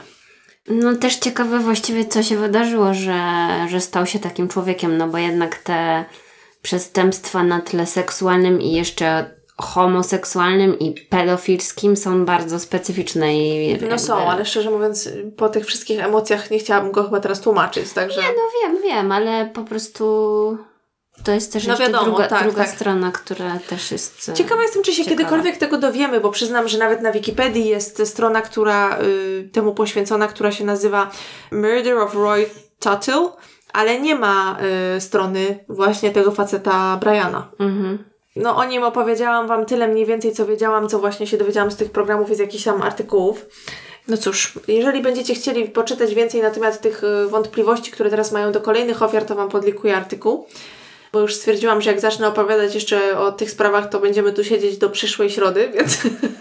No też ciekawe właściwie, co się wydarzyło, że, że stał się takim człowiekiem, no bo jednak te przestępstwa na tle seksualnym i jeszcze homoseksualnym i pedofilskim są bardzo specyficzne. I no są, ale szczerze mówiąc po tych wszystkich emocjach nie chciałabym go chyba teraz tłumaczyć, także... Nie, no wiem, wiem, ale po prostu... To jest też no jeszcze wiadomo, druga, tak, druga tak. strona, która też jest ciekawa jestem, czy się ciekawa. kiedykolwiek tego dowiemy, bo przyznam, że nawet na Wikipedii jest strona, która y, temu poświęcona, która się nazywa Murder of Roy Tuttle, ale nie ma y, strony właśnie tego faceta Briana. Mhm. No o nim opowiedziałam Wam tyle mniej więcej, co wiedziałam, co właśnie się dowiedziałam z tych programów i z jakichś tam artykułów. No cóż, jeżeli będziecie chcieli poczytać więcej na temat tych y, wątpliwości, które teraz mają do kolejnych ofiar, to Wam podlinkuję artykuł. Bo już stwierdziłam, że jak zacznę opowiadać jeszcze o tych sprawach, to będziemy tu siedzieć do przyszłej środy, więc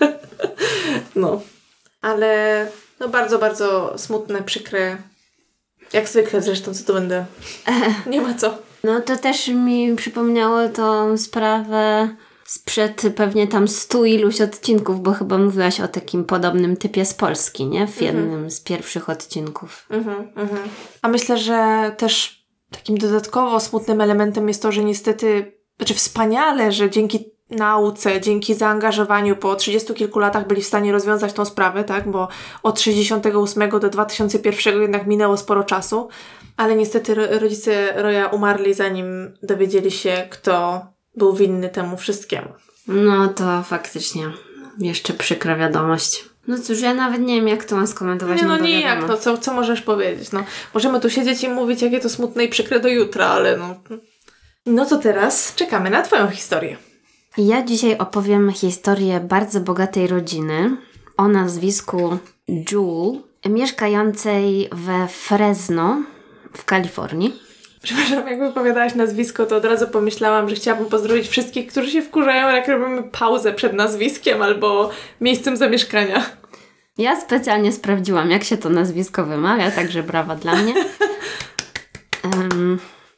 no. Ale no bardzo, bardzo smutne, przykre. Jak zwykle zresztą, co tu będę. Nie ma co. No to też mi przypomniało tą sprawę sprzed pewnie tam stu iluś odcinków, bo chyba mówiłaś o takim podobnym typie z Polski, nie? W jednym mhm. z pierwszych odcinków. Mhm, mhm. A myślę, że też takim dodatkowo smutnym elementem jest to, że niestety, znaczy wspaniale, że dzięki nauce, dzięki zaangażowaniu po trzydziestu kilku latach byli w stanie rozwiązać tą sprawę, tak? Bo od sześćdziesiątego ósmego do dwa tysiące pierwszego jednak minęło sporo czasu, ale niestety rodzice Roya umarli, zanim dowiedzieli się, kto był winny temu wszystkiemu. No to faktycznie jeszcze przykra wiadomość. No cóż, ja nawet nie wiem, jak to mam skomentować. Nie, no nijak, no co, co możesz powiedzieć? No, możemy tu siedzieć i mówić, jakie to smutne i przykre do jutra, ale no... No to teraz czekamy na twoją historię. Ja dzisiaj opowiem historię bardzo bogatej rodziny o nazwisku Jewel, mieszkającej we Fresno w Kalifornii. Przepraszam, jak wypowiadałaś nazwisko, to od razu pomyślałam, że chciałabym pozdrowić wszystkich, którzy się wkurzają, jak robimy pauzę przed nazwiskiem albo miejscem zamieszkania. Ja specjalnie sprawdziłam, jak się to nazwisko wymawia, także brawa dla mnie. Um,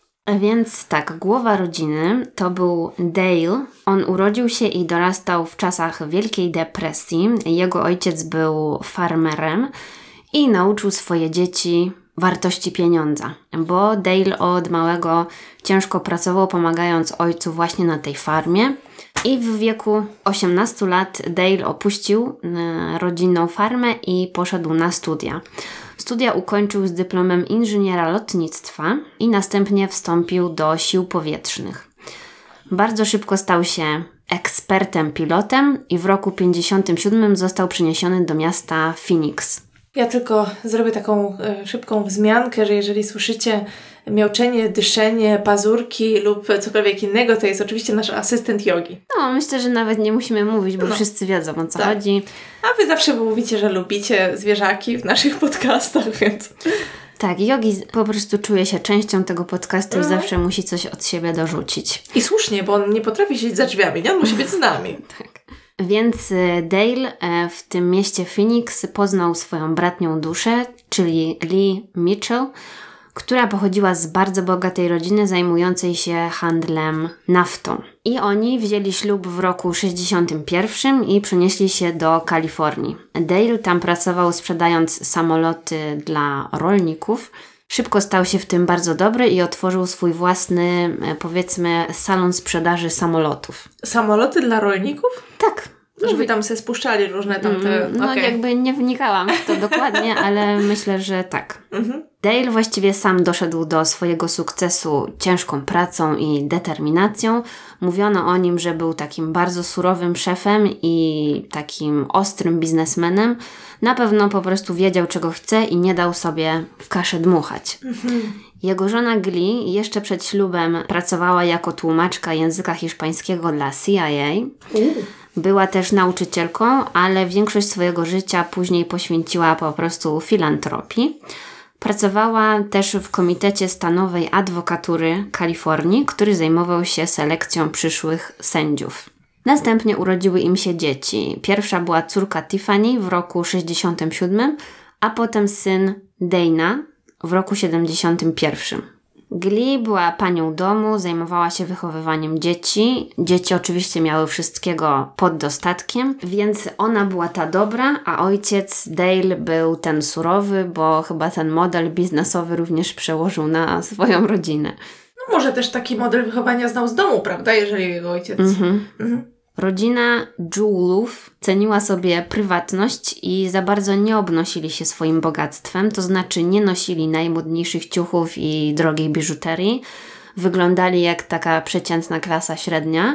więc tak, głowa rodziny to był Dale. On urodził się i dorastał w czasach Wielkiej Depresji. Jego ojciec był farmerem i nauczył swoje dzieci wartości pieniądza, bo Dale od małego ciężko pracował, pomagając ojcu właśnie na tej farmie i w wieku osiemnastu lat Dale opuścił e, rodzinną farmę i poszedł na studia. Studia ukończył z dyplomem inżyniera lotnictwa i następnie wstąpił do sił powietrznych. Bardzo szybko stał się ekspertem pilotem i w roku pięćdziesiątym siódmym został przeniesiony do miasta Phoenix. Ja tylko zrobię taką y, szybką wzmiankę, że jeżeli słyszycie miauczenie, dyszenie, pazurki lub cokolwiek innego, to jest oczywiście nasz asystent jogi. No, myślę, że nawet nie musimy mówić, bo no. wszyscy wiedzą, o co tak. chodzi. A wy zawsze mówicie, że lubicie zwierzaki w naszych podcastach, więc... Tak, Jogi po prostu czuje się częścią tego podcastu mm. i zawsze musi coś od siebie dorzucić. I słusznie, bo on nie potrafi siedzieć za drzwiami, nie? On musi być z nami. Tak. Więc Dale w tym mieście Phoenix poznał swoją bratnią duszę, czyli Lee Mitchell, która pochodziła z bardzo bogatej rodziny zajmującej się handlem naftą. I oni wzięli ślub w roku sześćdziesiątym pierwszym i przenieśli się do Kalifornii. Dale tam pracował, sprzedając samoloty dla rolników. Szybko stał się w tym bardzo dobry i otworzył swój własny, powiedzmy, salon sprzedaży samolotów. Samoloty dla rolników? Tak. Żeby tam sobie spuszczali różne tamte... No okay. jakby nie wnikałam w to dokładnie, ale myślę, że tak. Mhm. Dale właściwie sam doszedł do swojego sukcesu ciężką pracą i determinacją. Mówiono o nim, że był takim bardzo surowym szefem i takim ostrym biznesmenem. Na pewno po prostu wiedział, czego chce i nie dał sobie w kaszę dmuchać. Mhm. Jego żona Glee jeszcze przed ślubem pracowała jako tłumaczka języka hiszpańskiego dla C I A. Uh. Była też nauczycielką, ale większość swojego życia później poświęciła po prostu filantropii. Pracowała też w Komitecie Stanowej Adwokatury Kalifornii, który zajmował się selekcją przyszłych sędziów. Następnie urodziły im się dzieci. Pierwsza była córka Tiffany w roku sześćdziesiątym siódmym, a potem syn Dana w roku siedemdziesiątym pierwszym. Glee była panią domu, zajmowała się wychowywaniem dzieci. Dzieci oczywiście miały wszystkiego pod dostatkiem, więc ona była ta dobra, a ojciec Dale był ten surowy, bo chyba ten model biznesowy również przełożył na swoją rodzinę. No może też taki model wychowania znał z domu, prawda, jeżeli jego ojciec... Mhm. Mhm. Rodzina Jewelów ceniła sobie prywatność i za bardzo nie obnosili się swoim bogactwem, to znaczy nie nosili najmodniejszych ciuchów i drogiej biżuterii. Wyglądali jak taka przeciętna klasa średnia,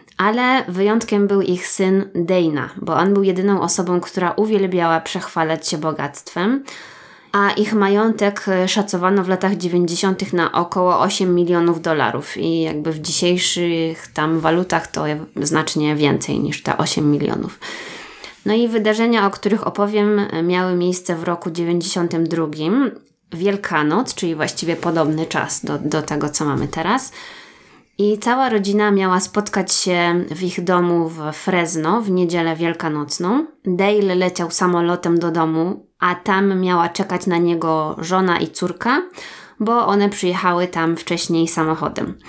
ale wyjątkiem był ich syn Dana, bo on był jedyną osobą, która uwielbiała przechwalać się bogactwem, a ich majątek szacowano w latach dziewięćdziesiątych na około osiem milionów dolarów i jakby w dzisiejszych tam walutach to znacznie więcej niż te osiem milionów. No i wydarzenia, o których opowiem, miały miejsce w roku dziewięćdziesiątym drugim. Wielkanoc, czyli właściwie podobny czas do, do tego, co mamy teraz. I cała rodzina miała spotkać się w ich domu w Fresno w niedzielę wielkanocną. Dale leciał samolotem do domu, a tam miała czekać na niego żona i córka, bo one przyjechały tam wcześniej samochodem.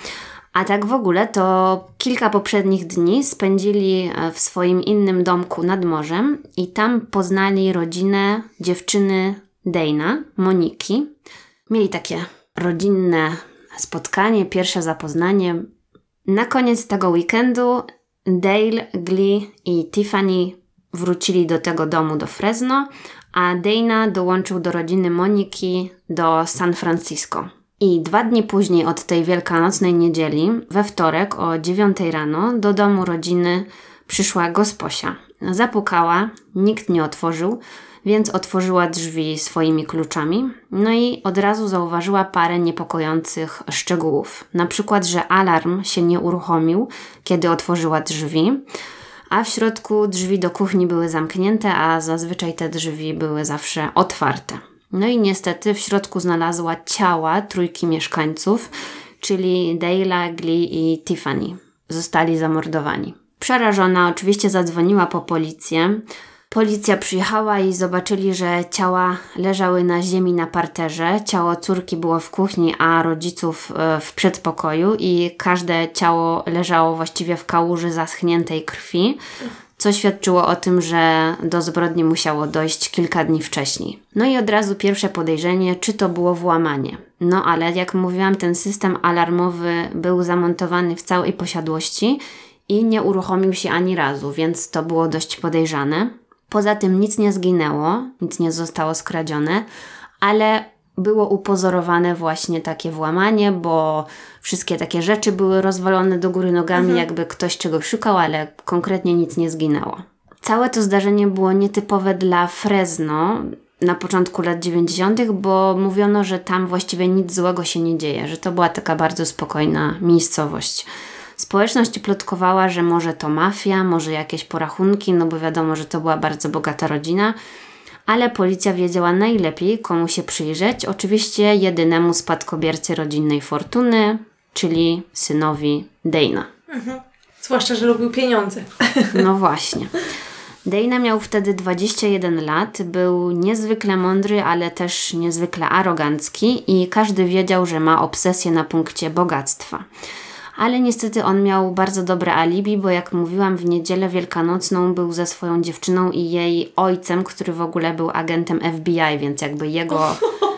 A tak w ogóle to kilka poprzednich dni spędzili w swoim innym domku nad morzem i tam poznali rodzinę dziewczyny Dana, Moniki. Mieli takie rodzinne spotkanie, pierwsze zapoznanie. Na koniec tego weekendu Dale, Glee i Tiffany wrócili do tego domu do Fresno, a Dana dołączył do rodziny Moniki do San Francisco. I dwa dni później od tej wielkanocnej niedzieli, we wtorek o dziewiątej rano, do domu rodziny przyszła gosposia. Zapukała, nikt nie otworzył, więc otworzyła drzwi swoimi kluczami. No i od razu zauważyła parę niepokojących szczegółów. Na przykład, że alarm się nie uruchomił, kiedy otworzyła drzwi, a w środku drzwi do kuchni były zamknięte, a zazwyczaj te drzwi były zawsze otwarte. No i niestety w środku znalazła ciała trójki mieszkańców, czyli Dale'a, Glee i Tiffany. Zostali zamordowani. Przerażona oczywiście zadzwoniła po policję. Policja przyjechała i zobaczyli, że ciała leżały na ziemi na parterze. Ciało córki było w kuchni, a rodziców w przedpokoju i każde ciało leżało właściwie w kałuży zaschniętej krwi, co świadczyło o tym, że do zbrodni musiało dojść kilka dni wcześniej. No i od razu pierwsze podejrzenie, czy to było włamanie. No ale jak mówiłam, ten system alarmowy był zamontowany w całej posiadłości i nie uruchomił się ani razu, więc to było dość podejrzane. Poza tym nic nie zginęło, nic nie zostało skradzione, ale było upozorowane właśnie takie włamanie, bo wszystkie takie rzeczy były rozwalone do góry nogami, mhm. jakby ktoś czegoś szukał, ale konkretnie nic nie zginęło. Całe to zdarzenie było nietypowe dla Fresno na początku lat dziewięćdziesiątych, bo mówiono, że tam właściwie nic złego się nie dzieje, że to była taka bardzo spokojna miejscowość. Społeczność plotkowała, że może to mafia, może jakieś porachunki, no bo wiadomo, że to była bardzo bogata rodzina, ale policja wiedziała najlepiej, komu się przyjrzeć. Oczywiście jedynemu spadkobiercy rodzinnej fortuny, czyli synowi Dana. Mhm. Zwłaszcza, że lubił pieniądze. No właśnie. Dana miał wtedy dwadzieścia jeden lat, był niezwykle mądry, ale też niezwykle arogancki i każdy wiedział, że ma obsesję na punkcie bogactwa. Ale niestety on miał bardzo dobre alibi, bo jak mówiłam, w niedzielę wielkanocną był ze swoją dziewczyną i jej ojcem, który w ogóle był agentem F B I, więc jakby jego,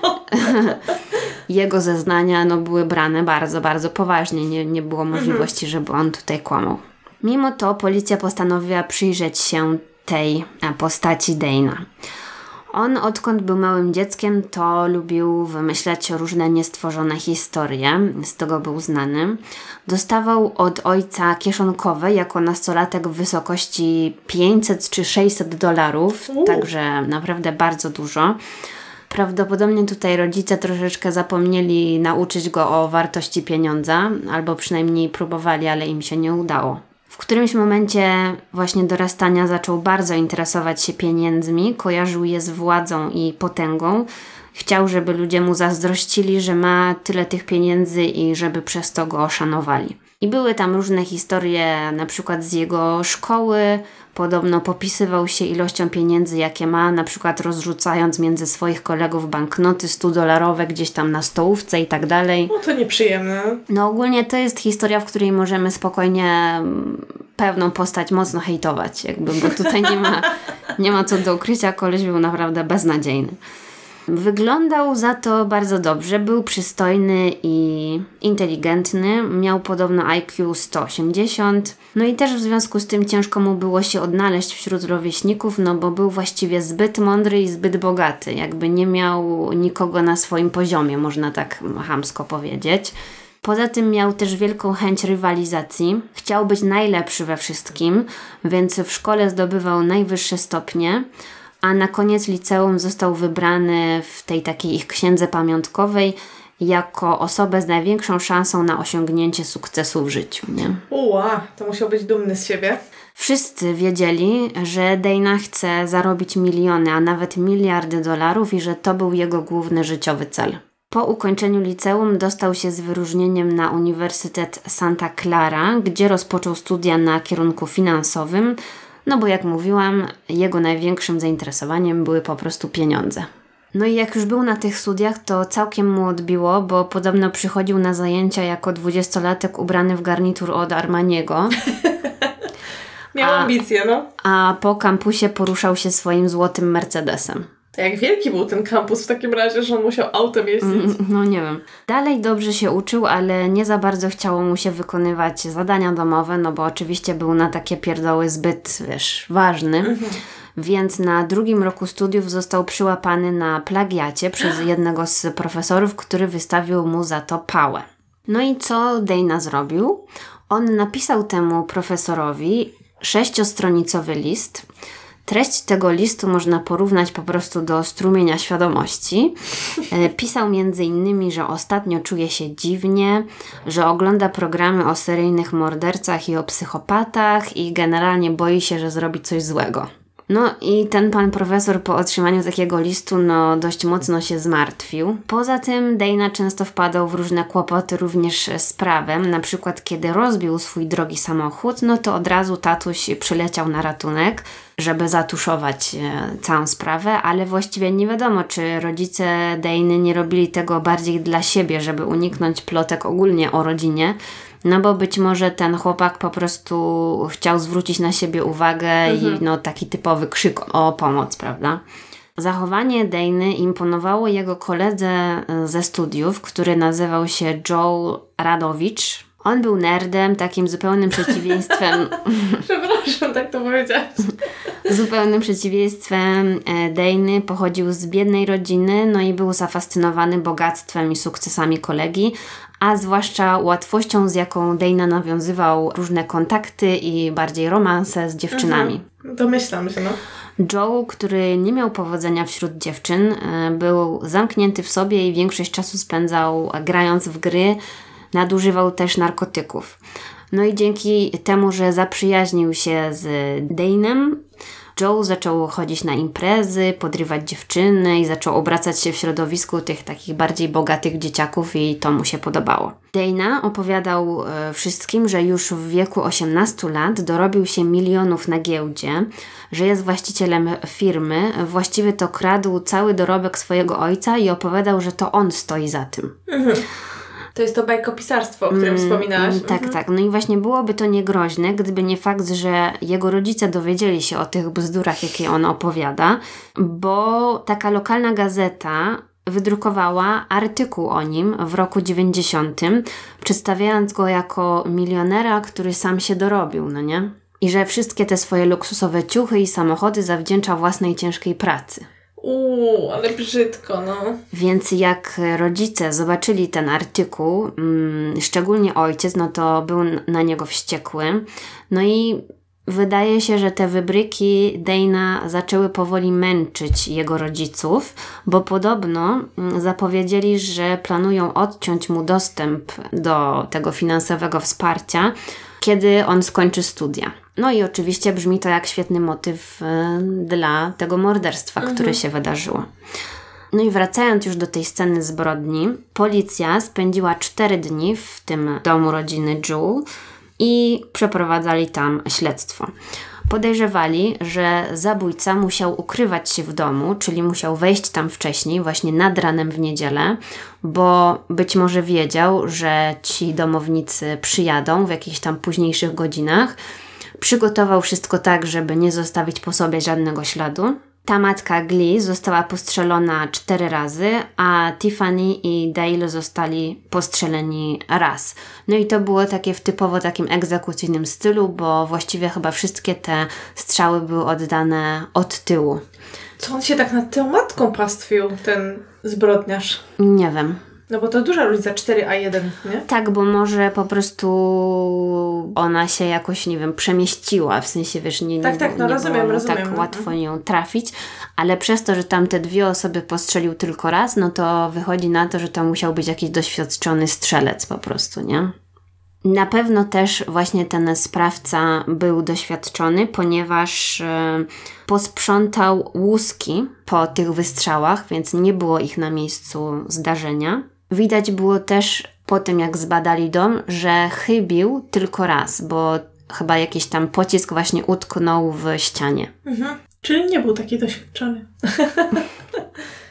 jego zeznania no, były brane bardzo, bardzo poważnie. Nie, nie było możliwości, żeby on tutaj kłamał. Mimo to policja postanowiła przyjrzeć się tej postaci Dana. On, odkąd był małym dzieckiem, to lubił wymyślać różne niestworzone historie, z tego był znany. Dostawał od ojca kieszonkowe jako nastolatek w wysokości pięćset czy sześćset dolarów, U. także naprawdę bardzo dużo. Prawdopodobnie tutaj rodzice troszeczkę zapomnieli nauczyć go o wartości pieniądza, albo przynajmniej próbowali, ale im się nie udało. W którymś momencie właśnie dorastania zaczął bardzo interesować się pieniędzmi, kojarzył je z władzą i potęgą. Chciał, żeby ludzie mu zazdrościli, że ma tyle tych pieniędzy i żeby przez to go szanowali. I były tam różne historie, na przykład z jego szkoły. Podobno popisywał się ilością pieniędzy, jakie ma, na przykład rozrzucając między swoich kolegów banknoty sto-dolarowe gdzieś tam na stołówce i tak dalej. No to nieprzyjemne. No ogólnie to jest historia, w której możemy spokojnie pewną postać mocno hejtować, jakby, bo tutaj nie ma, nie ma co do ukrycia, koleś był naprawdę beznadziejny. Wyglądał za to bardzo dobrze, był przystojny i inteligentny, miał podobno I Q sto osiemdziesiąt, no i też w związku z tym ciężko mu było się odnaleźć wśród rówieśników, no bo był właściwie zbyt mądry i zbyt bogaty, jakby nie miał nikogo na swoim poziomie, można tak chamsko powiedzieć. Poza tym miał też wielką chęć rywalizacji, chciał być najlepszy we wszystkim, więc w szkole zdobywał najwyższe stopnie, a na koniec liceum został wybrany w tej takiej ich księdze pamiątkowej jako osobę z największą szansą na osiągnięcie sukcesu w życiu, nie? Uła, to musiał być dumny z siebie. Wszyscy wiedzieli, że Dana chce zarobić miliony, a nawet miliardy dolarów i że to był jego główny życiowy cel. Po ukończeniu liceum dostał się z wyróżnieniem na Uniwersytet Santa Clara, gdzie rozpoczął studia na kierunku finansowym, no bo jak mówiłam, jego największym zainteresowaniem były po prostu pieniądze. No i jak już był na tych studiach, to całkiem mu odbiło, bo podobno przychodził na zajęcia jako dwudziestolatek ubrany w garnitur od Armaniego. Miał a, ambicje, no. A po kampusie poruszał się swoim złotym Mercedesem. To jak wielki był ten kampus w takim razie, że on musiał autem jeździć? Mm, no nie wiem. Dalej dobrze się uczył, ale nie za bardzo chciało mu się wykonywać zadania domowe, no bo oczywiście był na takie pierdoły zbyt, wiesz, ważny. Mhm. Więc na drugim roku studiów został przyłapany na plagiacie przez jednego z profesorów, który wystawił mu za to pałę. No i co Dana zrobił? On napisał temu profesorowi sześciostronicowy list. Treść tego listu można porównać po prostu do strumienia świadomości. Pisał między innymi, że ostatnio czuje się dziwnie, że ogląda programy o seryjnych mordercach i o psychopatach i generalnie boi się, że zrobi coś złego. No i ten pan profesor po otrzymaniu takiego listu no dość mocno się zmartwił. Poza tym Dana często wpadał w różne kłopoty również z prawem. Na przykład kiedy rozbił swój drogi samochód, no to od razu tatuś przyleciał na ratunek, żeby zatuszować e, całą sprawę, ale właściwie nie wiadomo, czy rodzice Dany nie robili tego bardziej dla siebie, żeby uniknąć plotek ogólnie o rodzinie. No bo być może ten chłopak po prostu chciał zwrócić na siebie uwagę mhm. i no taki typowy krzyk o pomoc, prawda? Zachowanie Dany imponowało jego koledze ze studiów, który nazywał się Joe Radowicz. On był nerdem, takim zupełnym przeciwieństwem... Przepraszam, tak to powiedziałaś. Zupełnym przeciwieństwem Dany, pochodził z biednej rodziny, no i był zafascynowany bogactwem i sukcesami kolegi, a zwłaszcza łatwością, z jaką Dana nawiązywał różne kontakty i bardziej romanse z dziewczynami. Mhm. Domyślam się, no. Joe, który nie miał powodzenia wśród dziewczyn, był zamknięty w sobie i większość czasu spędzał grając w gry, nadużywał też narkotyków. No i dzięki temu, że zaprzyjaźnił się z Danem, Joe zaczął chodzić na imprezy, podrywać dziewczyny i zaczął obracać się w środowisku tych takich bardziej bogatych dzieciaków i to mu się podobało. Dana opowiadał e, wszystkim, że już w wieku osiemnastu lat dorobił się milionów na giełdzie, że jest właścicielem firmy, właściwie to kradł cały dorobek swojego ojca i opowiadał, że to on stoi za tym. Mhm. To jest to bajkopisarstwo, o którym mm, wspominałaś. Tak, mhm. tak. No i właśnie byłoby to niegroźne, gdyby nie fakt, że jego rodzice dowiedzieli się o tych bzdurach, jakie on opowiada, bo taka lokalna gazeta wydrukowała artykuł o nim w roku dziewięćdziesiątym, przedstawiając go jako milionera, który sam się dorobił, no nie? I że wszystkie te swoje luksusowe ciuchy i samochody zawdzięcza własnej ciężkiej pracy. Uuu, ale brzydko, no. Więc jak rodzice zobaczyli ten artykuł, mm, szczególnie ojciec, no to był na niego wściekły. No i wydaje się, że te wybryki Dana zaczęły powoli męczyć jego rodziców, bo podobno zapowiedzieli, że planują odciąć mu dostęp do tego finansowego wsparcia, kiedy on skończy studia. No i oczywiście brzmi to jak świetny motyw y, dla tego morderstwa, mhm. które się wydarzyło. No i wracając już do tej sceny zbrodni, policja spędziła cztery dni w tym domu rodziny Jewel i przeprowadzali tam śledztwo. Podejrzewali, że zabójca musiał ukrywać się w domu, czyli musiał wejść tam wcześniej, właśnie nad ranem w niedzielę, bo być może wiedział, że ci domownicy przyjadą w jakichś tam późniejszych godzinach. Przygotował wszystko tak, żeby nie zostawić po sobie żadnego śladu. Ta matka Glee została postrzelona cztery razy, a Tiffany i Dale zostali postrzeleni raz. No i to było takie w typowo takim egzekucyjnym stylu, bo właściwie chyba wszystkie te strzały były oddane od tyłu. Co on się tak nad tą matką pastwił, ten zbrodniarz? Nie wiem. No bo to duża różnica, cztery a jeden, nie? Tak, bo może po prostu ona się jakoś, nie wiem, przemieściła, w sensie, wiesz, nie, nie, tak, tak, no nie rozumiem, było rozumiem. tak łatwo ją trafić, ale przez to, że tam te dwie osoby postrzelił tylko raz, no to wychodzi na to, że to musiał być jakiś doświadczony strzelec po prostu, nie? Na pewno też właśnie ten sprawca był doświadczony, ponieważ e, posprzątał łuski po tych wystrzałach, więc nie było ich na miejscu zdarzenia. Widać było też po tym, jak zbadali dom, że chybił tylko raz, bo chyba jakiś tam pocisk właśnie utknął w ścianie. Mhm. Czyli nie był taki doświadczony.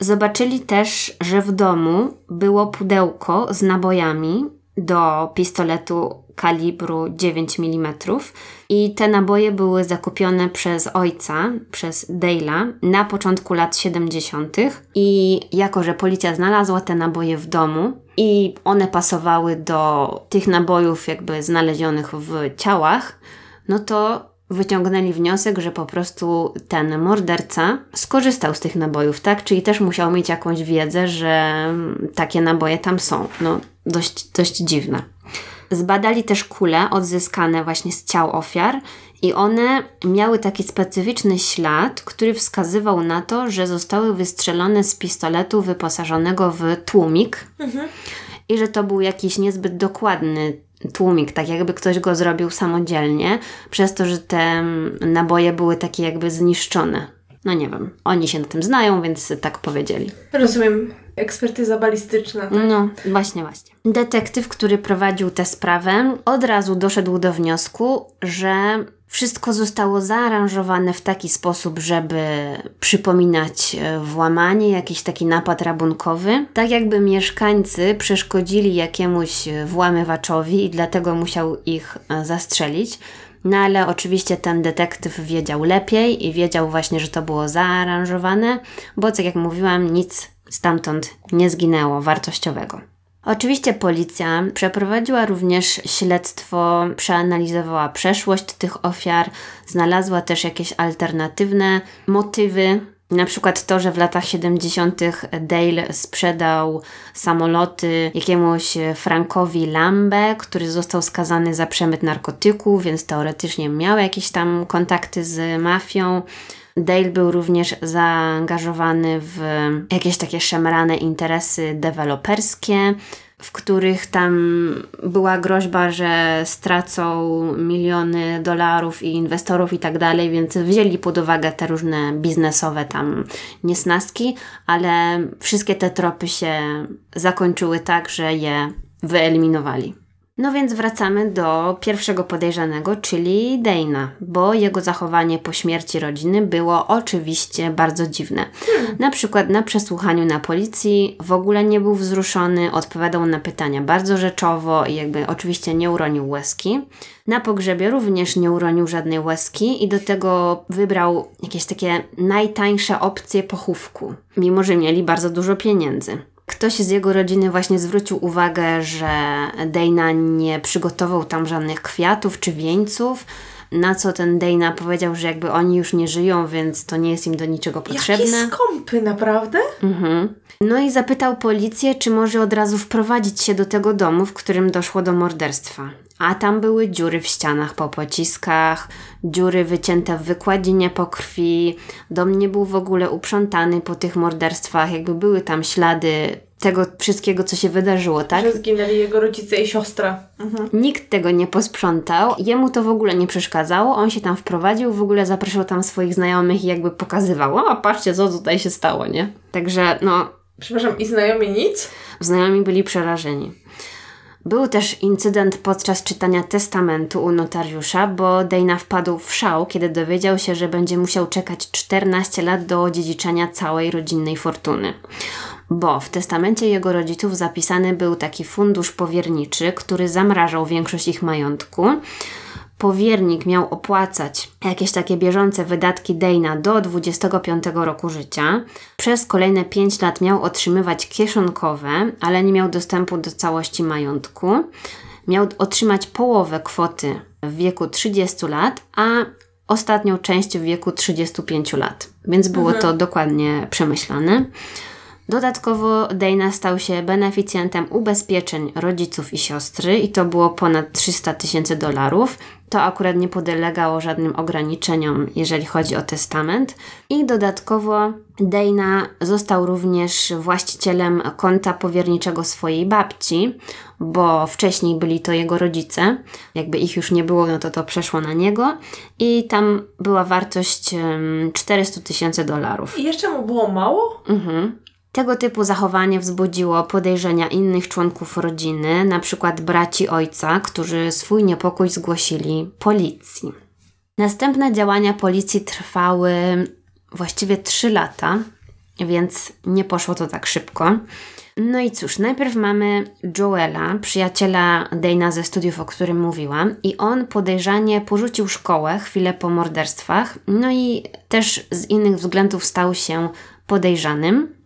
Zobaczyli też, że w domu było pudełko z nabojami do pistoletu kalibru dziewięć milimetrów i te naboje były zakupione przez ojca, przez Dale'a na początku lat siedemdziesiątych i jako, że policja znalazła te naboje w domu i one pasowały do tych nabojów jakby znalezionych w ciałach, no to wyciągnęli wniosek, że po prostu ten morderca skorzystał z tych nabojów, tak? Czyli też musiał mieć jakąś wiedzę, że takie naboje tam są. No, dość, dość dziwne. Zbadali też kule odzyskane właśnie z ciał ofiar i one miały taki specyficzny ślad, który wskazywał na to, że zostały wystrzelone z pistoletu wyposażonego w tłumik mhm. i że to był jakiś niezbyt dokładny tłumik, tak jakby ktoś go zrobił samodzielnie, przez to, że te naboje były takie jakby zniszczone. No nie wiem, oni się na tym znają, więc tak powiedzieli. Rozumiem, ekspertyza balistyczna. Tak? No, właśnie, właśnie. Detektyw, który prowadził tę sprawę, od razu doszedł do wniosku, że wszystko zostało zaaranżowane w taki sposób, żeby przypominać włamanie, jakiś taki napad rabunkowy. Tak jakby mieszkańcy przeszkodzili jakiemuś włamywaczowi i dlatego musiał ich zastrzelić. No ale oczywiście ten detektyw wiedział lepiej i wiedział właśnie, że to było zaaranżowane, bo tak jak mówiłam, nic stamtąd nie zginęło wartościowego. Oczywiście policja przeprowadziła również śledztwo, przeanalizowała przeszłość tych ofiar, znalazła też jakieś alternatywne motywy. Na przykład to, że w latach siedemdziesiątych Dale sprzedał samoloty jakiemuś Frankowi Lambe, który został skazany za przemyt narkotyków, więc teoretycznie miał jakieś tam kontakty z mafią. Dale był również zaangażowany w jakieś takie szemrane interesy deweloperskie, w których tam była groźba, że stracą miliony dolarów i inwestorów i tak dalej, więc wzięli pod uwagę te różne biznesowe tam niesnaski, ale wszystkie te tropy się zakończyły tak, że je wyeliminowali. No więc wracamy do pierwszego podejrzanego, czyli Dana, bo jego zachowanie po śmierci rodziny było oczywiście bardzo dziwne. Hmm. Na przykład na przesłuchaniu na policji w ogóle nie był wzruszony, odpowiadał na pytania bardzo rzeczowo i jakby oczywiście nie uronił łezki. Na pogrzebie również nie uronił żadnej łezki i do tego wybrał jakieś takie najtańsze opcje pochówku, mimo że mieli bardzo dużo pieniędzy. Ktoś z jego rodziny właśnie zwrócił uwagę, że Dana nie przygotował tam żadnych kwiatów czy wieńców, na co ten Dana powiedział, że jakby oni już nie żyją, więc to nie jest im do niczego potrzebne. Jakie skąpy, naprawdę? Mhm. No i zapytał policję, czy może od razu wprowadzić się do tego domu, w którym doszło do morderstwa. A tam były dziury w ścianach po pociskach, dziury wycięte w wykładzinie po krwi. Dom nie był w ogóle uprzątany po tych morderstwach, jakby były tam ślady tego wszystkiego, co się wydarzyło, tak? Że zginęli jego rodzice i siostra. Mhm. Nikt tego nie posprzątał, jemu to w ogóle nie przeszkadzało, on się tam wprowadził, w ogóle zapraszał tam swoich znajomych i jakby pokazywał, a patrzcie, co tutaj się stało, nie? Także, no... Przepraszam, i znajomi nic? Znajomi byli przerażeni. Był też incydent podczas czytania testamentu u notariusza, bo Dana wpadł w szał, kiedy dowiedział się, że będzie musiał czekać czternaście lat do odziedziczenia całej rodzinnej fortuny. Bo w testamencie jego rodziców zapisany był taki fundusz powierniczy, który zamrażał większość ich majątku. Powiernik miał opłacać jakieś takie bieżące wydatki Dana do dwudziestego piątego roku życia. Przez kolejne pięć lat miał otrzymywać kieszonkowe, ale nie miał dostępu do całości majątku. Miał otrzymać połowę kwoty w wieku trzydziestu lat, a ostatnią część w wieku trzydziestu pięciu lat. Więc było mhm. to dokładnie przemyślane. Dodatkowo Dana stał się beneficjentem ubezpieczeń rodziców i siostry i to było ponad trzysta tysięcy dolarów. To akurat nie podlegało żadnym ograniczeniom, jeżeli chodzi o testament. I dodatkowo Dana został również właścicielem konta powierniczego swojej babci, bo wcześniej byli to jego rodzice. Jakby ich już nie było, no to to przeszło na niego. I tam była wartość um, czterysta tysięcy dolarów. I jeszcze mu było mało? Mhm. Tego typu zachowanie wzbudziło podejrzenia innych członków rodziny, na przykład braci ojca, którzy swój niepokój zgłosili policji. Następne działania policji trwały właściwie trzy lata więc nie poszło to tak szybko. No i cóż, najpierw mamy Joela, przyjaciela Dana ze studiów, o którym mówiłam, i on podejrzanie porzucił szkołę chwilę po morderstwach, no i też z innych względów stał się podejrzanym.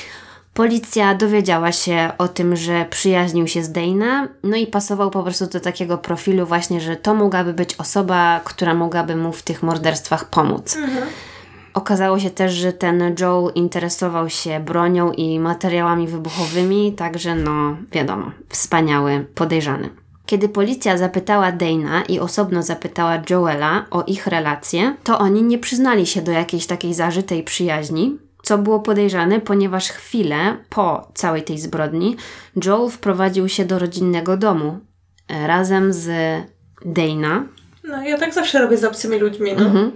Policja dowiedziała się o tym, że przyjaźnił się z Dana, no i pasował po prostu do takiego profilu właśnie, że to mogłaby być osoba, która mogłaby mu w tych morderstwach pomóc. Mhm. Okazało się też, że ten Joel interesował się bronią i materiałami wybuchowymi, także no wiadomo, wspaniały podejrzany. Kiedy policja zapytała Dana i osobno zapytała Joela o ich relacje, to oni nie przyznali się do jakiejś takiej zażytej przyjaźni, co było podejrzane, ponieważ chwilę po całej tej zbrodni Joel wprowadził się do rodzinnego domu e, razem z Dana. No ja tak zawsze robię z obcymi ludźmi, no. Mhm.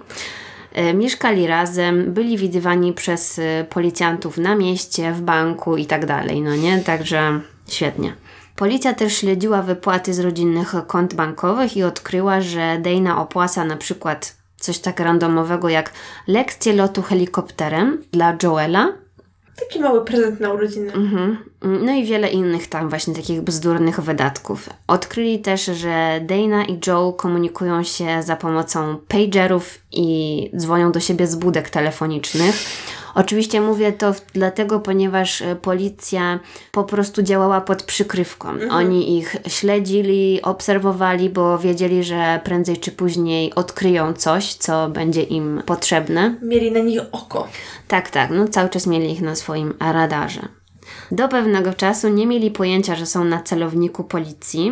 E, mieszkali razem, byli widywani przez e, policjantów na mieście, w banku i tak dalej, no nie? Także świetnie. Policja też śledziła wypłaty z rodzinnych kont bankowych i odkryła, że Dana opłaca na przykład coś tak randomowego jak lekcję lotu helikopterem dla Joela. Taki mały prezent na urodziny. Mhm. No i wiele innych tam właśnie takich bzdurnych wydatków. Odkryli też, że Dana i Joel komunikują się za pomocą pagerów i dzwonią do siebie z budek telefonicznych. Oczywiście mówię to dlatego, ponieważ policja po prostu działała pod przykrywką. Mhm. Oni ich śledzili, obserwowali, bo wiedzieli, że prędzej czy później odkryją coś, co będzie im potrzebne. Mieli na nich oko. Tak, tak. No cały czas mieli ich na swoim radarze. Do pewnego czasu nie mieli pojęcia, że są na celowniku policji,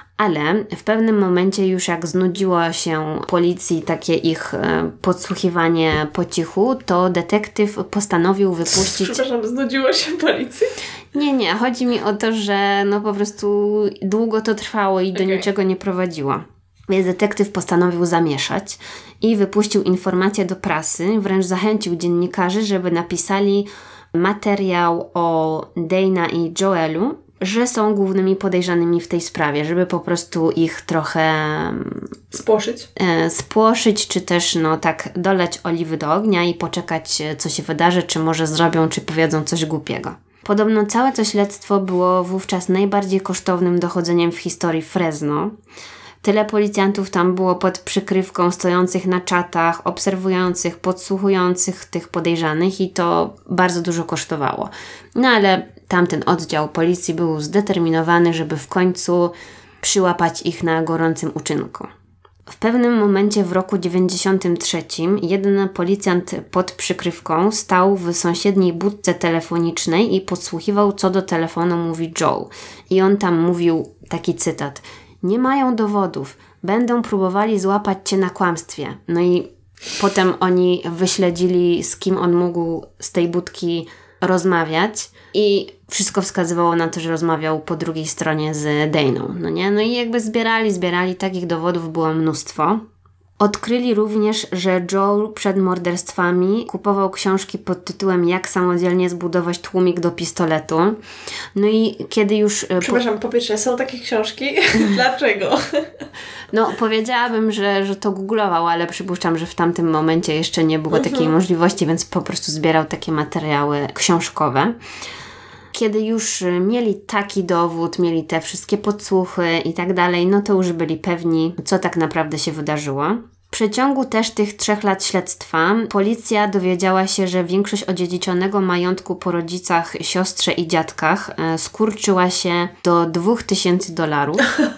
ale w pewnym momencie już jak znudziło się policji takie ich e, podsłuchiwanie po cichu, to detektyw postanowił wypuścić... Przepraszam, znudziło się policji? Nie, nie. Chodzi mi o to, że no po prostu długo to trwało i do okay. niczego nie prowadziło. Więc detektyw postanowił zamieszać i wypuścił informacje do prasy, wręcz zachęcił dziennikarzy, żeby napisali materiał o Dana i Joelu, że są głównymi podejrzanymi w tej sprawie, żeby po prostu ich trochę spłoszyć, e, spłoszyć czy też no tak dolać oliwy do ognia i poczekać, co się wydarzy, czy może zrobią, czy powiedzą coś głupiego. Podobno całe to śledztwo było wówczas najbardziej kosztownym dochodzeniem w historii Fresno. Tyle policjantów tam było pod przykrywką, stojących na czatach, obserwujących, podsłuchujących tych podejrzanych i to bardzo dużo kosztowało. No ale tamten oddział policji był zdeterminowany, żeby w końcu przyłapać ich na gorącym uczynku. W pewnym momencie w roku dziewięćdziesiątym trzecim jeden policjant pod przykrywką stał w sąsiedniej budce telefonicznej i podsłuchiwał, co do telefonu mówi Joel. I on tam mówił taki cytat: nie mają dowodów, będą próbowali złapać cię na kłamstwie. No i potem oni wyśledzili, z kim on mógł z tej budki rozmawiać i wszystko wskazywało na to, że rozmawiał po drugiej stronie z Daną, no nie? No i jakby zbierali, zbierali, takich dowodów było mnóstwo. Odkryli również, że Joel przed morderstwami kupował książki pod tytułem Jak samodzielnie zbudować tłumik do pistoletu. No i kiedy już... Przepraszam, po pierwsze, są takie książki? Dlaczego? No, powiedziałabym, że, że to googlował, ale przypuszczam, że w tamtym momencie jeszcze nie było mhm. takiej możliwości, więc po prostu zbierał takie materiały książkowe. Kiedy już mieli taki dowód, mieli te wszystkie podsłuchy i tak dalej, no to już byli pewni, co tak naprawdę się wydarzyło. W przeciągu też tych trzech lat śledztwa policja dowiedziała się, że większość odziedziczonego majątku po rodzicach, siostrze i dziadkach e, skurczyła się do dwóch tysięcy dolarów.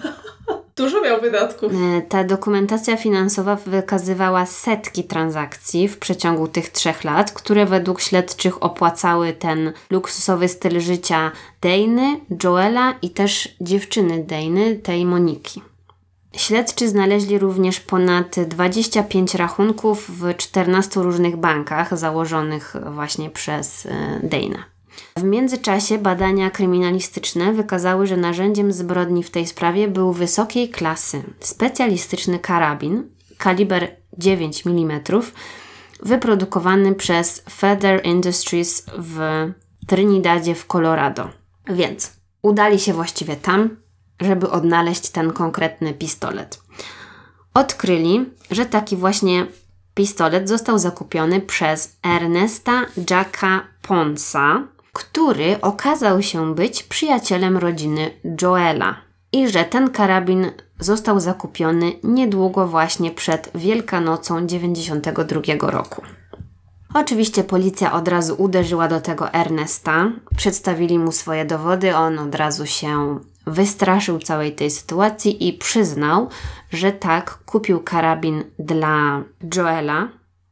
Dużo miał wydatków. Ta dokumentacja finansowa wykazywała setki transakcji w przeciągu tych trzech lat, które według śledczych opłacały ten luksusowy styl życia Dany, Joela i też dziewczyny Dany, tej Moniki. Śledczy znaleźli również ponad dwadzieścia pięć rachunków w czternastu różnych bankach założonych właśnie przez Danę. W międzyczasie badania kryminalistyczne wykazały, że narzędziem zbrodni w tej sprawie był wysokiej klasy specjalistyczny karabin kaliber dziewięć milimetrów wyprodukowany przez Feather Industries w Trinidadzie w Colorado. Więc udali się właściwie tam, żeby odnaleźć ten konkretny pistolet. Odkryli, że taki właśnie Pistolet został zakupiony przez Ernesta Jacka Ponsa, który okazał się być przyjacielem rodziny Joela i że ten karabin został zakupiony niedługo właśnie przed Wielkanocą dziewięćdziesiątego drugiego roku. Oczywiście policja od razu uderzyła do tego Ernesta, przedstawili mu swoje dowody, on od razu się wystraszył całej tej sytuacji i przyznał, że tak, kupił karabin dla Joela,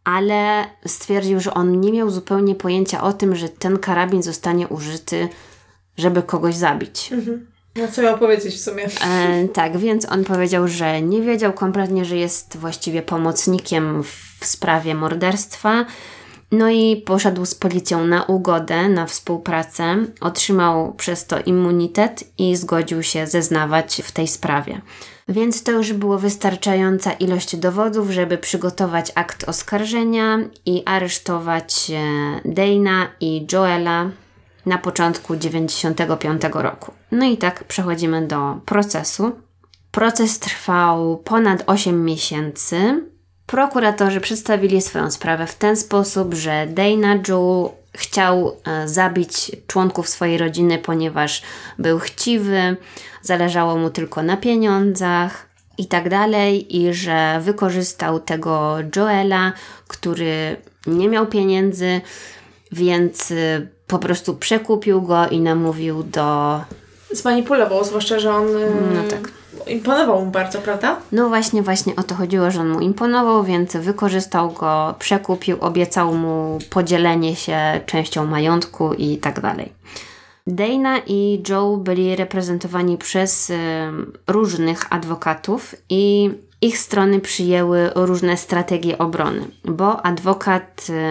ale stwierdził, że on nie miał zupełnie pojęcia o tym, że ten karabin zostanie użyty, żeby kogoś zabić. Mhm. No co miał powiedzieć w sumie? E, tak, więc on powiedział, że nie wiedział kompletnie, że jest właściwie pomocnikiem w sprawie morderstwa. No i poszedł z policją na ugodę, na współpracę, otrzymał przez to immunitet i zgodził się zeznawać w tej sprawie. Więc to już było wystarczająca ilość dowodów, żeby przygotować akt oskarżenia i aresztować Dana i Joela na początku dziewięćdziesiątego piątego roku. No i tak przechodzimy do procesu. Proces trwał ponad osiem miesięcy. Prokuratorzy przedstawili swoją sprawę w ten sposób, że Dana Joel chciał e, zabić członków swojej rodziny, ponieważ był chciwy, zależało mu tylko na pieniądzach i tak dalej, i że wykorzystał tego Joela, który nie miał pieniędzy, więc e, po prostu przekupił go i namówił do... Zmanipulował, zwłaszcza, że on No tak. imponował mu bardzo, prawda? No właśnie, właśnie o to chodziło, że on mu imponował, więc wykorzystał go, przekupił, obiecał mu podzielenie się częścią majątku i tak dalej. Dana i Joe byli reprezentowani przez y, różnych adwokatów i ich strony przyjęły różne strategie obrony, bo adwokat y,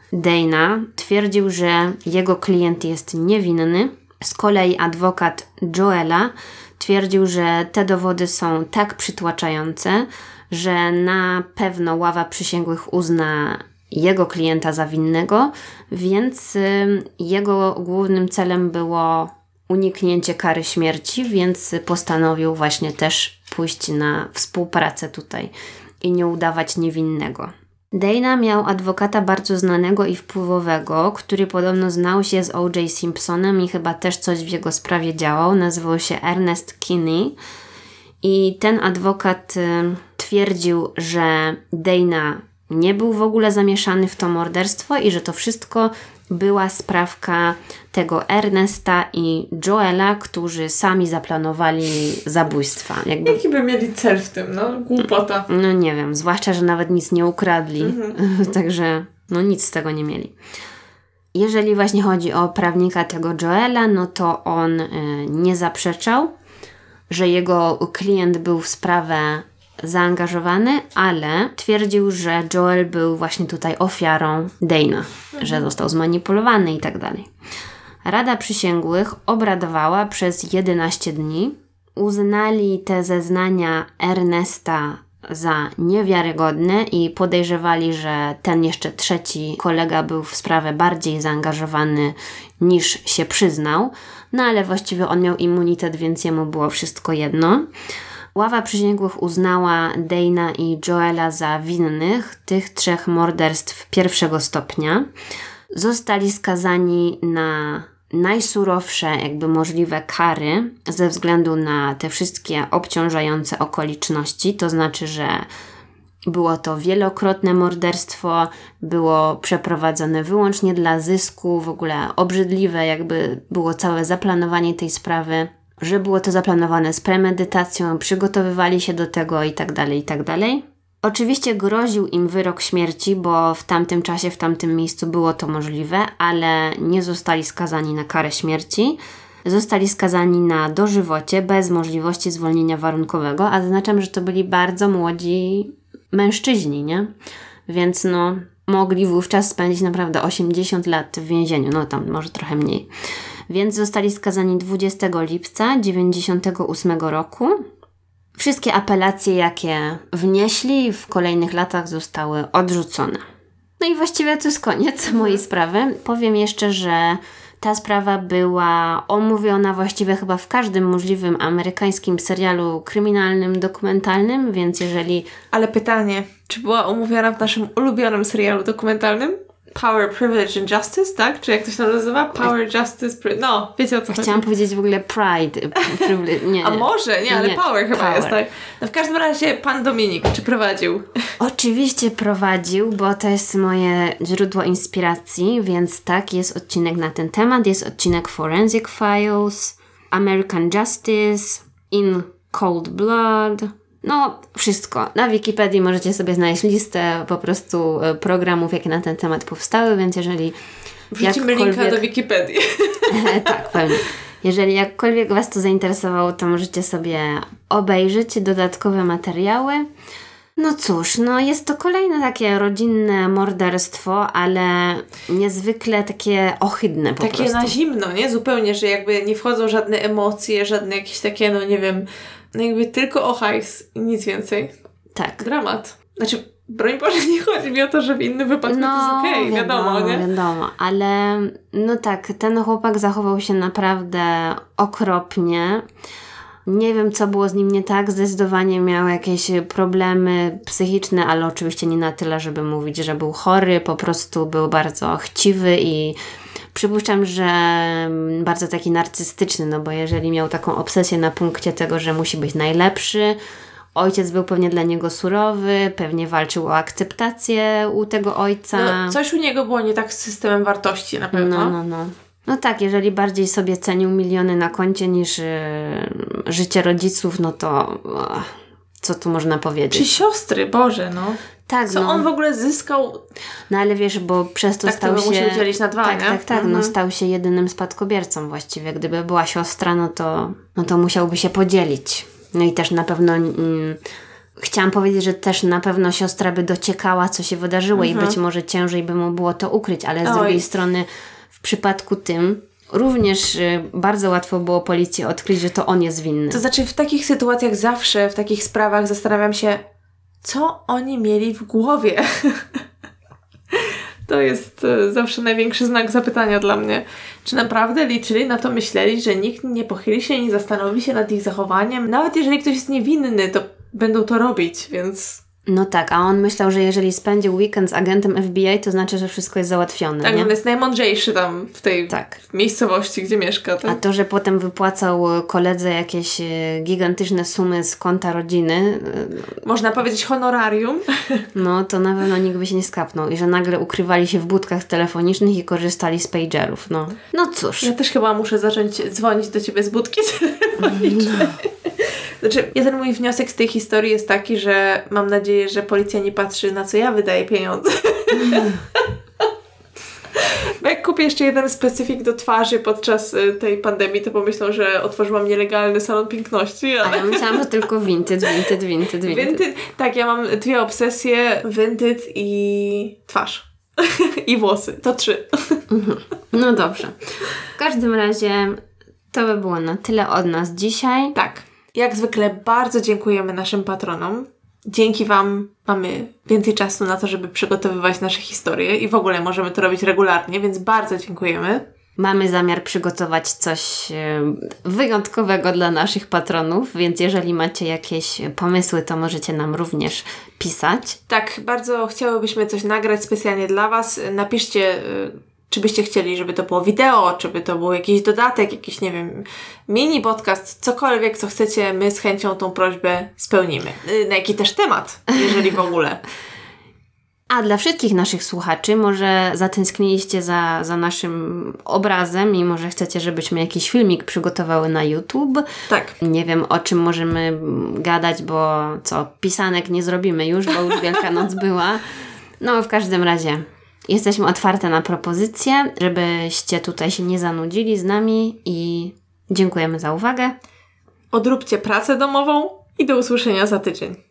Dana twierdził, że jego klient jest niewinny. Z kolei adwokat Joela twierdził, że te dowody są tak przytłaczające, że na pewno ława przysięgłych uzna jego klienta za winnego, więc y, jego głównym celem było uniknięcie kary śmierci, więc postanowił właśnie też pójść na współpracę tutaj i nie udawać niewinnego. Dana miał adwokata bardzo znanego i wpływowego, który podobno znał się z O J Simpsonem i chyba też coś w jego sprawie działał. Nazywał się Ernest Kinney i ten adwokat y, twierdził, że Dana nie był w ogóle zamieszany w to morderstwo i że to wszystko była sprawka tego Ernesta i Joela, którzy sami zaplanowali zabójstwa. Jakby... Jaki by mieli cel w tym? No, głupota. No nie wiem, zwłaszcza, że nawet nic nie ukradli, Mhm. także no nic z tego nie mieli. Jeżeli właśnie chodzi o prawnika tego Joela, no to on y, nie zaprzeczał, że jego klient był w sprawę zaangażowany, ale twierdził, że Joel był właśnie tutaj ofiarą Dana, mhm. że został zmanipulowany i tak dalej. Rada Przysięgłych obradowała przez jedenaście dni. Uznali te zeznania Ernesta za niewiarygodne i podejrzewali, że ten jeszcze trzeci kolega był w sprawę bardziej zaangażowany niż się przyznał, no ale właściwie on miał immunitet, więc jemu było wszystko jedno. Ława przysięgłych uznała Dana i Joela za winnych tych trzech morderstw pierwszego stopnia. Zostali skazani na najsurowsze jakby możliwe kary ze względu na te wszystkie obciążające okoliczności, to znaczy, że było to wielokrotne morderstwo, było przeprowadzone wyłącznie dla zysku, w ogóle obrzydliwe jakby było całe zaplanowanie tej sprawy, że było to zaplanowane z premedytacją, przygotowywali się do tego i tak dalej, i tak dalej. Oczywiście groził im wyrok śmierci, bo w tamtym czasie, w tamtym miejscu było to możliwe, ale nie zostali skazani na karę śmierci. Zostali skazani na dożywocie bez możliwości zwolnienia warunkowego, a zaznaczam, że to byli bardzo młodzi mężczyźni, nie? Więc no, mogli wówczas spędzić naprawdę osiemdziesiąt lat w więzieniu, no tam może trochę mniej. Więc zostali skazani dwudziestego lipca dziewięćdziesiątego ósmego roku. Wszystkie apelacje, jakie wnieśli w kolejnych latach, zostały odrzucone. No i właściwie to jest koniec mojej sprawy. Powiem jeszcze, że Ta sprawa była omówiona właściwie chyba w każdym możliwym amerykańskim serialu kryminalnym, dokumentalnym, więc jeżeli... Ale pytanie, czy była omówiona w naszym ulubionym serialu dokumentalnym? Power, Privilege and Justice, tak? Czy jak to się nazywa? Power, Justice, pri- no, wiecie o co chodzi. Chciałam powiedzieć w ogóle Pride. Privilege, nie, A może? Nie, ale nie, Power chyba power. jest, tak? No w każdym razie pan Dominik, czy prowadził? Oczywiście prowadził, bo to jest moje źródło inspiracji, więc tak, jest odcinek na ten temat, jest odcinek Forensic Files, American Justice, In Cold Blood, no wszystko. Na Wikipedii możecie sobie znaleźć listę po prostu programów, jakie na ten temat powstały, więc jeżeli Wrzucimy jakkolwiek... linka do Wikipedii. Tak, pewnie. Jeżeli jakkolwiek Was to zainteresowało, to możecie sobie obejrzeć dodatkowe materiały. No cóż, no jest to kolejne takie rodzinne morderstwo, ale niezwykle takie ohydne po takie prostu. na zimno, nie? Zupełnie, że jakby nie wchodzą żadne emocje, żadne jakieś takie, no nie wiem, no jakby tylko o hajs i nic więcej. Tak. Dramat. Znaczy, broń Boże, nie chodzi mi o to, że w innym wypadku no, to jest okej, okay, wiadomo, wiadomo, nie? wiadomo, ale no tak, ten chłopak zachował się naprawdę okropnie. Nie wiem, co było z nim nie tak. Zdecydowanie miał jakieś problemy psychiczne, ale oczywiście nie na tyle, żeby mówić, że był chory. Po prostu był bardzo chciwy i przypuszczam, że bardzo taki narcystyczny, no bo jeżeli miał taką obsesję na punkcie tego, że musi być najlepszy, ojciec był pewnie dla niego surowy, pewnie walczył o akceptację u tego ojca. No, coś u niego było nie tak z systemem wartości na pewno. No, no, no. No tak, jeżeli bardziej sobie cenił miliony na koncie niż yy, życie rodziców, no to uh, co tu można powiedzieć? Czy siostry, Boże, no. Tak, co no. on w ogóle zyskał? No ale wiesz, bo przez to tak, stał to się... musiał dzielić na dwa, tak, nie? tak, tak, mhm. no stał się jedynym spadkobiercą właściwie. Gdyby była siostra, no to, no to musiałby się podzielić. No i też na pewno... Mm, chciałam powiedzieć, że też na pewno siostra by dociekała, co się wydarzyło mhm. i być może ciężej by mu było to ukryć, ale z Oj. drugiej strony w przypadku tym również y, bardzo łatwo było policji odkryć, że to on jest winny. To znaczy w takich sytuacjach zawsze, w takich sprawach zastanawiam się, co oni mieli w głowie. To jest y, zawsze największy znak zapytania dla mnie. Czy naprawdę liczyli na to, myśleli, że nikt nie pochyli się, nie zastanowi się nad ich zachowaniem? Nawet jeżeli ktoś jest niewinny, to będą to robić, więc... No tak, a on myślał, że jeżeli spędził weekend z agentem F B I, to znaczy, że wszystko jest załatwione, tak, nie? on jest najmądrzejszy tam w tej tak. miejscowości, gdzie mieszka. Tak? A to, że potem wypłacał koledze jakieś gigantyczne sumy z konta rodziny... Można powiedzieć honorarium. No, to na pewno nikt by się nie skapnął. I że nagle ukrywali się w budkach telefonicznych i korzystali z pagerów, no. No cóż. Ja też chyba muszę zacząć dzwonić do Ciebie z budki telefonicznej. Znaczy, jeden mój wniosek z tej historii jest taki, że mam nadzieję, że policja nie patrzy, na co ja wydaję pieniądze. Mm. Bo jak kupię jeszcze jeden specyfik do twarzy podczas tej pandemii, to pomyślą, że otworzyłam nielegalny salon piękności. Ale... A ja myślałam, że tylko vintage, vintage, vintage, vintage. vintage. Tak, ja mam dwie obsesje. Vintage i twarz. I włosy. To trzy. No dobrze. W każdym razie to by było na tyle od nas dzisiaj. Tak. Jak zwykle bardzo dziękujemy naszym patronom. Dzięki Wam mamy więcej czasu na to, żeby przygotowywać nasze historie i w ogóle możemy to robić regularnie, więc bardzo dziękujemy. Mamy zamiar przygotować coś wyjątkowego dla naszych patronów, więc jeżeli macie jakieś pomysły, to możecie nam również pisać. Tak, bardzo chciałybyśmy coś nagrać specjalnie dla Was. Napiszcie, czy byście chcieli, żeby to było wideo, czy by to był jakiś dodatek, jakiś, nie wiem, mini podcast, cokolwiek, co chcecie, my z chęcią tą prośbę spełnimy. Na jaki też temat, jeżeli w ogóle. A dla wszystkich naszych słuchaczy, może zatęskniliście za, za naszym obrazem i może chcecie, żebyśmy jakiś filmik przygotowały na YouTube. Tak. Nie wiem, o czym możemy gadać, bo co, pisanek nie zrobimy już, bo już Wielkanoc była. No, w każdym razie jesteśmy otwarte na propozycje, żebyście tutaj się nie zanudzili z nami i dziękujemy za uwagę. Odróbcie pracę domową i do usłyszenia za tydzień.